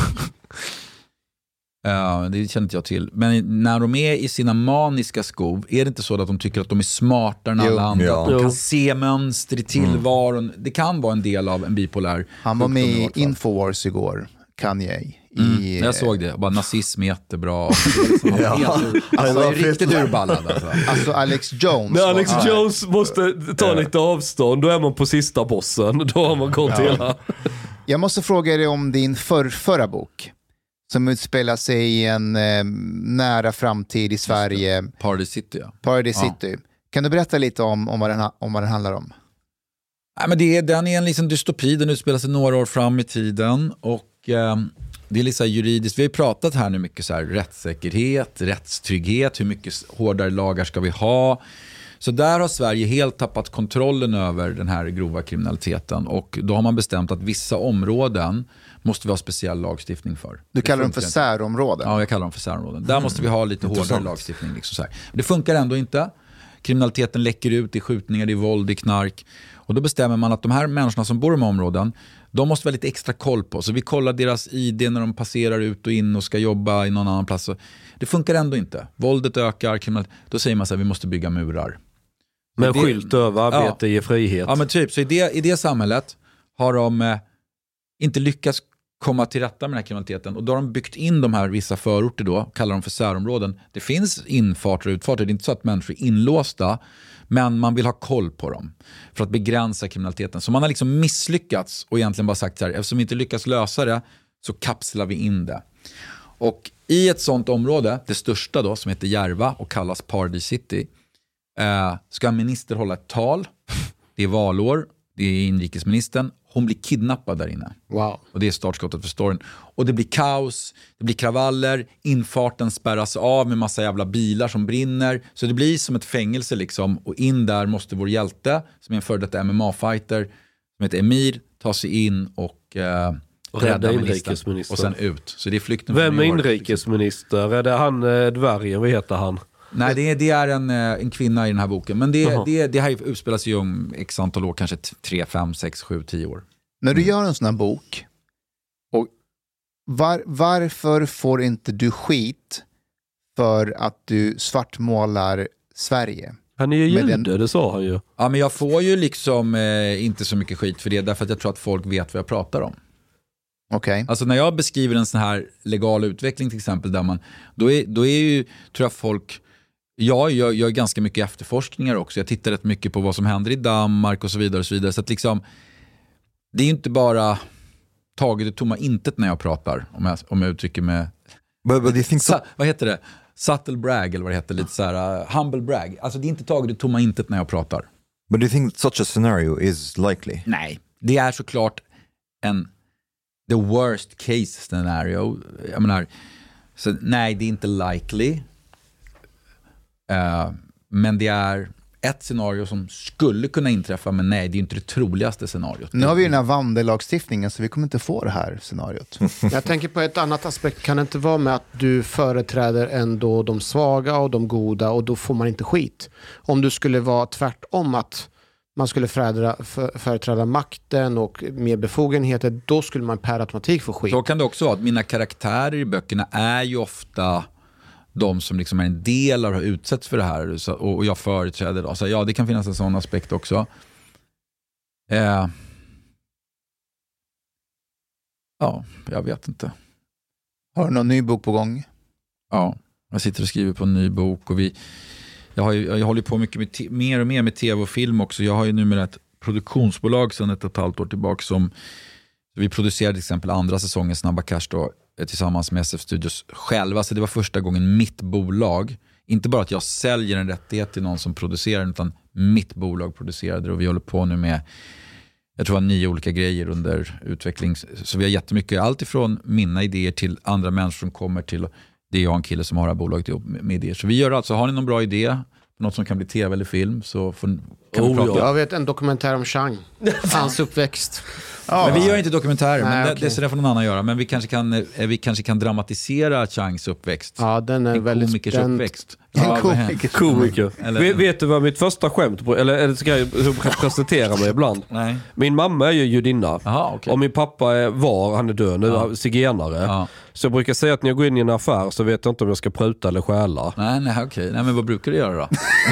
Ja, det känner inte jag till. Men när de är i sina maniska skov, är det inte så att de tycker att de är smartare än alla andra? Ja. De kan se mönster i tillvaron. Det kan vara en del av en bipolär. Han var med i Infowars igår, Kanye. Jag såg det, bara nazism är jättebra. Alltså riktigt urballad alltså Alex Jones. När Alex Jones måste ta lite avstånd, då är man på sista bossen. Då har man gått hela. Jag måste fråga dig om din förra bok som utspelar sig i en nära framtid i Sverige. Paradise City, ja. Paradise City. Kan du berätta lite om vad den handlar om? Nej, men den är en liksom dystopi, den utspelar sig några år fram i tiden och det är lite juridiskt. Vi har pratat här nu mycket så här rättssäkerhet, rättstrygghet, hur mycket hårdare lagar ska vi ha. Så där har Sverige helt tappat kontrollen över den här grova kriminaliteten och då har man bestämt att vissa områden måste vi ha speciell lagstiftning för. Du kallar dem för särområden? Ja, jag kallar dem för särområden. Där måste vi ha lite hårdare lagstiftning. Liksom så här. Det funkar ändå inte. Kriminaliteten läcker ut i skjutningar, i våld, i knark. Och då bestämmer man att de här människorna som bor i de områden, de måste vara lite extra koll på. Så vi kollar deras ID när de passerar ut och in och ska jobba i någon annan plats. Det funkar ändå inte. Våldet ökar, då säger man så här, vi måste bygga murar. Men skylt över arbete ger frihet. Ja, men typ. Så i det samhället har de inte lyckats komma till rätta med den här kriminaliteten. Och då har de byggt in de här vissa förorter då, kallar dem för särområden. Det finns infarter och utfarter, det är inte så att människor är inlåsta, men man vill ha koll på dem för att begränsa kriminaliteten. Så man har liksom misslyckats och egentligen bara sagt så här, eftersom vi inte lyckas lösa det så kapslar vi in det. Och i ett sånt område, det största då, som heter Järva och kallas Paradise City, ska en minister hålla ett tal. Det är valår, det är inrikesministern. Hon blir kidnappad där inne. Wow. Och det är startskottet för storyn. Och det blir kaos, det blir kravaller, infarten spärras av med massa jävla bilar som brinner. Så det blir som ett fängelse liksom. Och in där måste vår hjälte, som är en före detta MMA-fighter, som heter Emir, ta sig in och rädda inrikesministern. Och sen ut. Så det är flykten. Vem är inrikesminister? Är det han dvärgen? Vad heter han? Nej, det är en kvinna i den här boken. Men det här utspelas ju om x antal år, kanske 3, 5, 6, 7, 10 år. När du gör en sån här bok, och varför får inte du skit för att du svartmålar Sverige? Han är ju jude, det sa han ju. Ja, men jag får ju liksom inte så mycket skit för det, därför att jag tror att folk vet vad jag pratar om. Okay. Alltså när jag beskriver en sån här legal utveckling till exempel, där man, då är ju, tror jag folk, jag gör ganska mycket efterforskningar också. Jag tittar rätt mycket på vad som händer i Danmark och så vidare och så vidare. Så att liksom, det är ju inte bara taget i tomma intet när jag pratar, om jag uttrycker mig. Vad heter det? Subtle brag, eller vad det heter, lite så här humble brag. Alltså det är inte taget i tomma intet när jag pratar. But do you think such a scenario is likely? Nej, det är såklart the worst case scenario. Jag menar, så nej, det är inte likely. Men det är ett scenario som skulle kunna inträffa, men nej, det är inte det troligaste scenariot. Nu har vi ju den här vandellagstiftningen, så vi kommer inte få det här scenariot. Jag tänker på ett annat aspekt. Kan det inte vara med att du företräder ändå de svaga och de goda, och då får man inte skit? Om du skulle vara tvärtom, att man skulle företräda makten och mer befogenheter, då skulle man per automatik få skit. Så kan det också vara, att mina karaktärer i böckerna är ju ofta de som liksom är en del av har utsätts för det här, och jag företräder då. Så ja, det kan finnas en sån aspekt också. Ja, jag vet inte. Har du någon ny bok på gång? Ja, jag sitter och skriver på en ny bok, och jag håller på mycket med mer och mer med tv och film också. Jag har ju numera ett produktionsbolag sedan 1,5 år tillbaka som vi producerade till exempel andra säsongen Snabba Cash då, tillsammans med SF Studios själva. Så det var första gången mitt bolag, inte bara att jag säljer en rättighet till någon som producerar, utan mitt bolag producerade, och vi håller på nu med, jag tror 9 olika grejer under utveckling. Så vi har jättemycket, allt ifrån mina idéer till andra människor som kommer till, det är jag en kille som har det här bolaget med idéer. Så vi gör alltså, har ni någon bra idé, något som kan bli tv eller film, så kan vi prata. Jag vet en dokumentär om Chang, hans uppväxt. Ja, men vi gör inte dokumentärer, Nej, men okay. det så där får någon annan göra. Men vi kanske kan dramatisera Changs uppväxt. Ja, den är väldigt komikers uppväxt. Komiker. Vet du vad mitt första skämt på, eller ska jag presentera mig ibland? Nej. Min mamma är ju judinna. Aha, okay. Och min pappa han är död nu, zigenare. Ja. Så jag brukar säga att när jag går in i en affär så vet jag inte om jag ska pruta eller stjäla. Nej, okej. Nej, men vad brukar du göra då?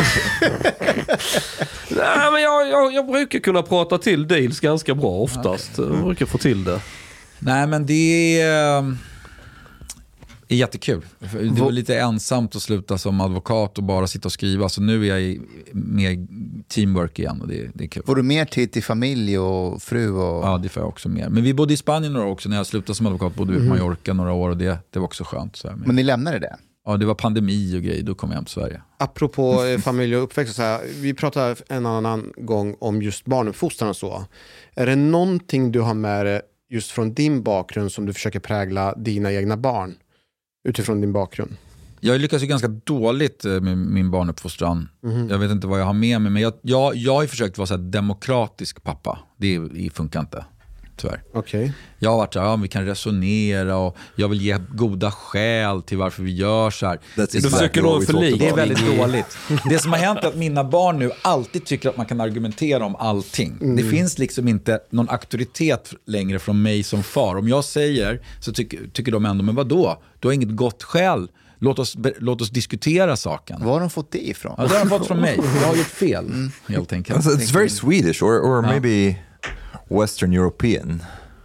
Nej, men jag brukar kunna prata till deals ganska bra oftast. Okay. Jag brukar få till det. Nej, men det är jättekul. Det var lite ensamt att sluta som advokat och bara sitta och skriva. Så nu är jag med teamwork igen, och det är kul. Får du mer tid till familj och fru? Ja, det får jag också mer. Men vi bodde i Spanien några år också. När jag slutade som advokat bodde vi på Mallorca några år, och det var också skönt. Så här. Men ni lämnade det? Ja, det var pandemi och grejer. Då kom jag hem till Sverige. Apropå familj och uppväxt, så här, vi pratade en annan gång om just barnuppfostran och så. Är det någonting du har med dig just från din bakgrund som du försöker prägla dina egna barn utifrån din bakgrund? Jag lyckas ju ganska dåligt med min barnuppfostran. Jag vet inte vad jag har med mig, men jag har ju försökt vara så här demokratisk pappa. Det funkar inte, tyvärr. Okay. Jag har varit så här, vi kan resonera, och jag vill ge goda skäl till varför vi gör så här. Du försöker nå en förlik. Det är väldigt dåligt. Det som har hänt är att mina barn nu alltid tycker att man kan argumentera om allting. Det finns liksom inte någon auktoritet längre från mig som far. Om jag säger, så tycker de ändå, men vadå? Du har inget gott skäl. Låt oss diskutera saken. Var har de fått det ifrån? Ja, det har de fått från mig. Jag har gjort fel, helt enkelt. It's very Swedish or maybe Western European.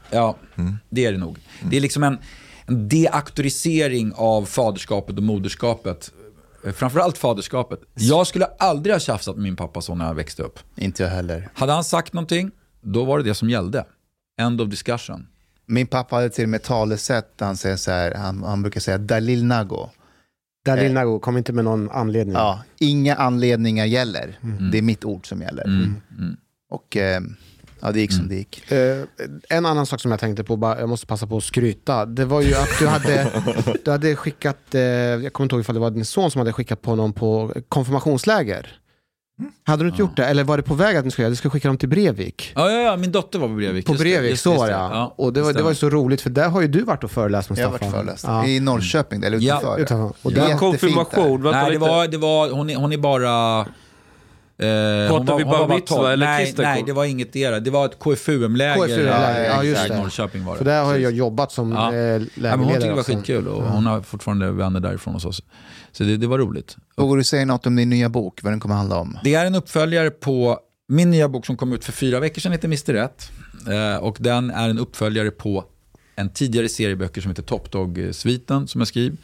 Ja, det är det nog. Det är liksom en deauktorisering av faderskapet och moderskapet. Framförallt faderskapet. Jag skulle aldrig ha tjafsat med min pappa så när jag växte upp. Inte jag heller. Hade han sagt någonting, då var det som gällde. End of discussion. Min pappa hade till och med talesätt. Han säger så här, han brukar säga Dalil Nago. Dalil Nago, kom inte med någon anledning. Ja, inga anledningar gäller. Det är mitt ord som gäller. Och ja, det gick som det gick. En annan sak som jag tänkte på, jag måste passa på att skryta. Det var ju att du hade skickat, jag kommer inte ihåg ifall det var din son som hade skickat på någon på konfirmationsläger. Hade du inte gjort det? Eller var det på väg att du skulle skicka dem till Brevik? Ja, min dotter var på Brevik. På Brevik, så var det. Och det var ju så roligt, för där har ju du varit och föreläst med Staffan. Jag har varit föreläst. I Norrköping, eller utanför. Utanför. Och det var konfirmation. Nej, det var hon är bara... Pratar vi bara mitzva eller kristen? Nej, det var inget där. Det var ett KFUM-läger. Ja, just det. Norrköping var det. För där har jag jobbat som lägerledare. Hon tyckte det var skitkul och hon har fortfarande vänner därifrån hos oss. Så det var roligt. Och du säger något om din nya bok, vad den kommer handla om? Det är en uppföljare på min nya bok som kom ut för 4 veckor sedan, heter Mr. Rätt. Och den är en uppföljare på en tidigare serieböcker som heter Top Dog-sviten som jag skriver.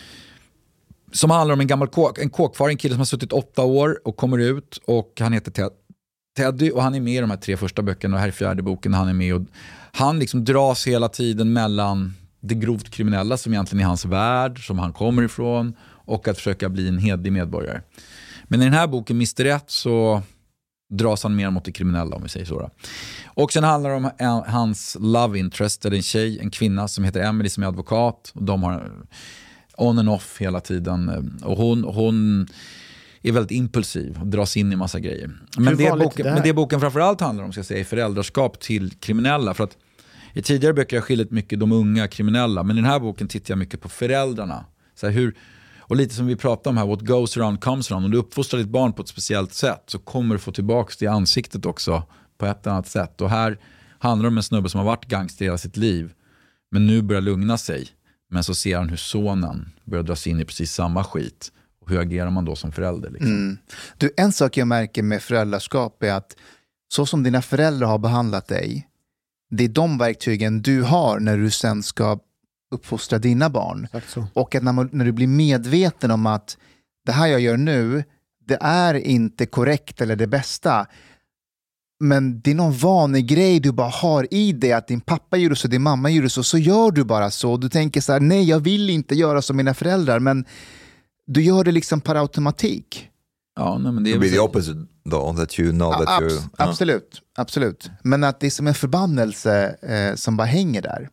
Som handlar om en kåkfaren kille som har suttit 8 år och kommer ut, och han heter Teddy och han är med i de här 3 första böckerna, och här är 4:e boken han är med, och han liksom dras hela tiden mellan det grovt kriminella som egentligen är hans värld, som han kommer ifrån, och att försöka bli en hederlig medborgare. Men i den här boken Mr. Rätt så dras han mer mot det kriminella, om vi säger så då. Och sen handlar det om hans love interest, eller en kvinna som heter Emily som är advokat, och de har on and off hela tiden, och hon är väldigt impulsiv och dras in i massa grejer. Men det boken framförallt handlar om, ska jag säga, är föräldraskap till kriminella, för att i tidigare böcker har jag skilt mycket de unga kriminella, men i den här boken tittar jag mycket på föräldrarna. Så här, och lite som vi pratade om här, what goes around comes around. Om du uppfostrar ditt barn på ett speciellt sätt så kommer du få tillbaka det i ansiktet också på ett annat sätt. Och här handlar det om en snubbe som har varit gangster hela sitt liv, men nu börjar lugna sig. Men så ser han hur sonen börjar dras in i precis samma skit. Och hur agerar man då som förälder? Liksom? Du, en sak jag märker med föräldraskap är att så som dina föräldrar har behandlat dig, det är de verktygen du har när du sen ska uppfostra dina barn. Och att när du blir medveten om att det här jag gör nu, det är inte korrekt eller det bästa, men det är någon vanlig grej du bara har i dig, att din pappa gjorde så, din mamma gjorde så gör du bara så. Du tänker så här, nej jag vill inte göra som mina föräldrar, men du gör det liksom per automatik. Ja, nej, men det är the opposite though, that you know that you... Absolut. Men att det är som en förbannelse som bara hänger där.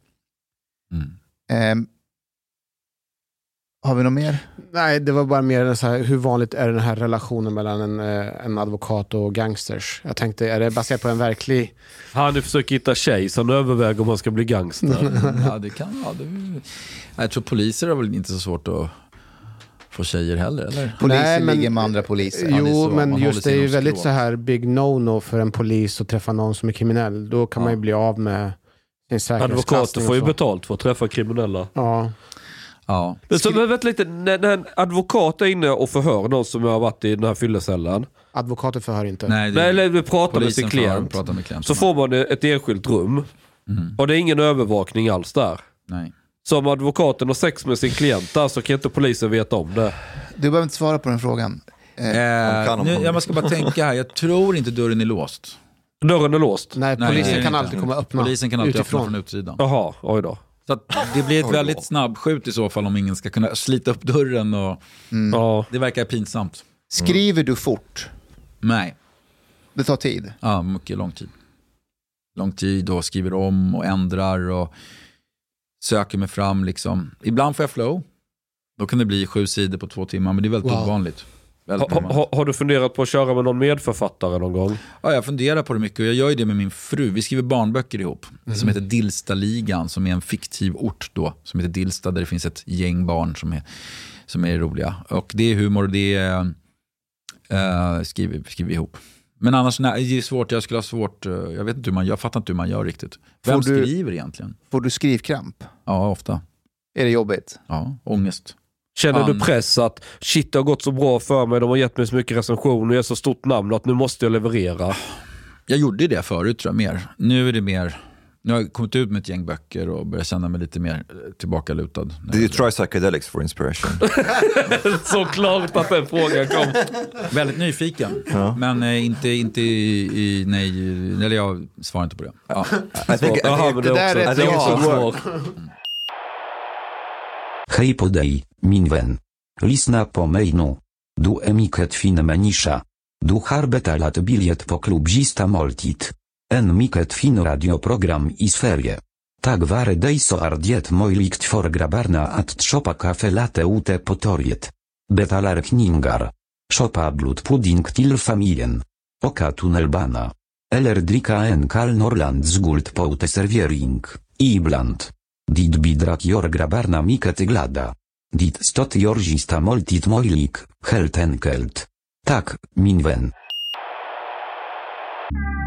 Har vi något mer? Nej, det var bara mer så här, hur vanligt är den här relationen mellan en advokat och gangsters? Jag tänkte, är det baserat på en verklig... Han försöker hitta tjej som överväger om han ska bli gangster. Ja, det kan vara. Jag tror poliser har väl inte så svårt att få tjejer heller, eller? Poliser ligger med andra poliser. Jo, men just det är ju väldigt så här big no-no för en polis att träffa någon som är kriminell. Då kan man ju bli av med sin säkerhetsklassning. Advokater får ju betalt för att träffa kriminella. Ja. Men så vet lite, när en advokat är inne och förhör någon som har varit i den här fyllecellen. Advokater förhör inte. Nej, eller pratar med sin klient. Så får man ett enskilt rum. Och det är ingen övervakning alls där. Nej. Så om advokaten har sex med sin klient där, så kan inte polisen veta om det. Du behöver inte svara på den frågan. Jag ska bara tänka här, jag tror inte dörren är låst. Dörren är låst? Nej, polisen kan alltid komma öppna. Polisen kan alltid öppna från utsidan. Jaha, oj då. Så att det blir ett väldigt snabbskjut i så fall om ingen ska kunna slita upp dörren. Och det verkar pinsamt. Skriver du fort? Nej. Det tar tid? Ja, mycket lång tid. Lång tid och skriver om och ändrar och söker mig fram liksom. Ibland får jag flow. Då kan det bli 7 sidor på 2 timmar, men det är väldigt ovanligt. Har du funderat på att köra med någon medförfattare någon gång? Ja, jag funderar på det mycket och jag gör ju det med min fru. Vi skriver barnböcker ihop som heter Dilstaligan, som är en fiktiv ort då, som heter Dilsta, där det finns ett gäng barn som är roliga. Och det är humor och det är skriver vi ihop. Men annars, nej, det är svårt, jag skulle ha svårt, jag vet inte hur man gör, jag fattar inte hur man gör riktigt. Vem skriver egentligen? Får du skrivkramp? Ja, ofta. Är det jobbigt? Ja, ångest. Känner du press att shit, det har gått så bra för mig, de har gett mig så mycket recensioner, jag är så stort namn att nu måste jag leverera? Jag gjorde det förut tror jag mer. Nu är det mer, Jag har kommit ut med ett gäng böcker och börjar känna mig lite mer tillbakalutad. Did you try psychedelics for inspiration? Så klart att den frågan kom. Väldigt nyfiken, men inte nej, eller jag svarar inte på det. Ja. I think Men det är där också är ett ett svar. Hej på dig, min vän. Lyssna på mig nu. Du är mycket fin människa. Du har betalat bilet på klubbzista måltid. En mycket fin radioprogram i Sverige. Tack vare dig så är det möjligt för grabbarna att shoppa kaffe latte ute på torget. Betalar kningar. Shoppa blodpudding till familjen. Åka tunnelbana. Eller dricka en kall Norrlands guld på uteservering. Ibland. Dit bidrak gör grabbarna mycket glada. Dit stot gör zista måltid möjlig, helt enkelt. Tack, min vän.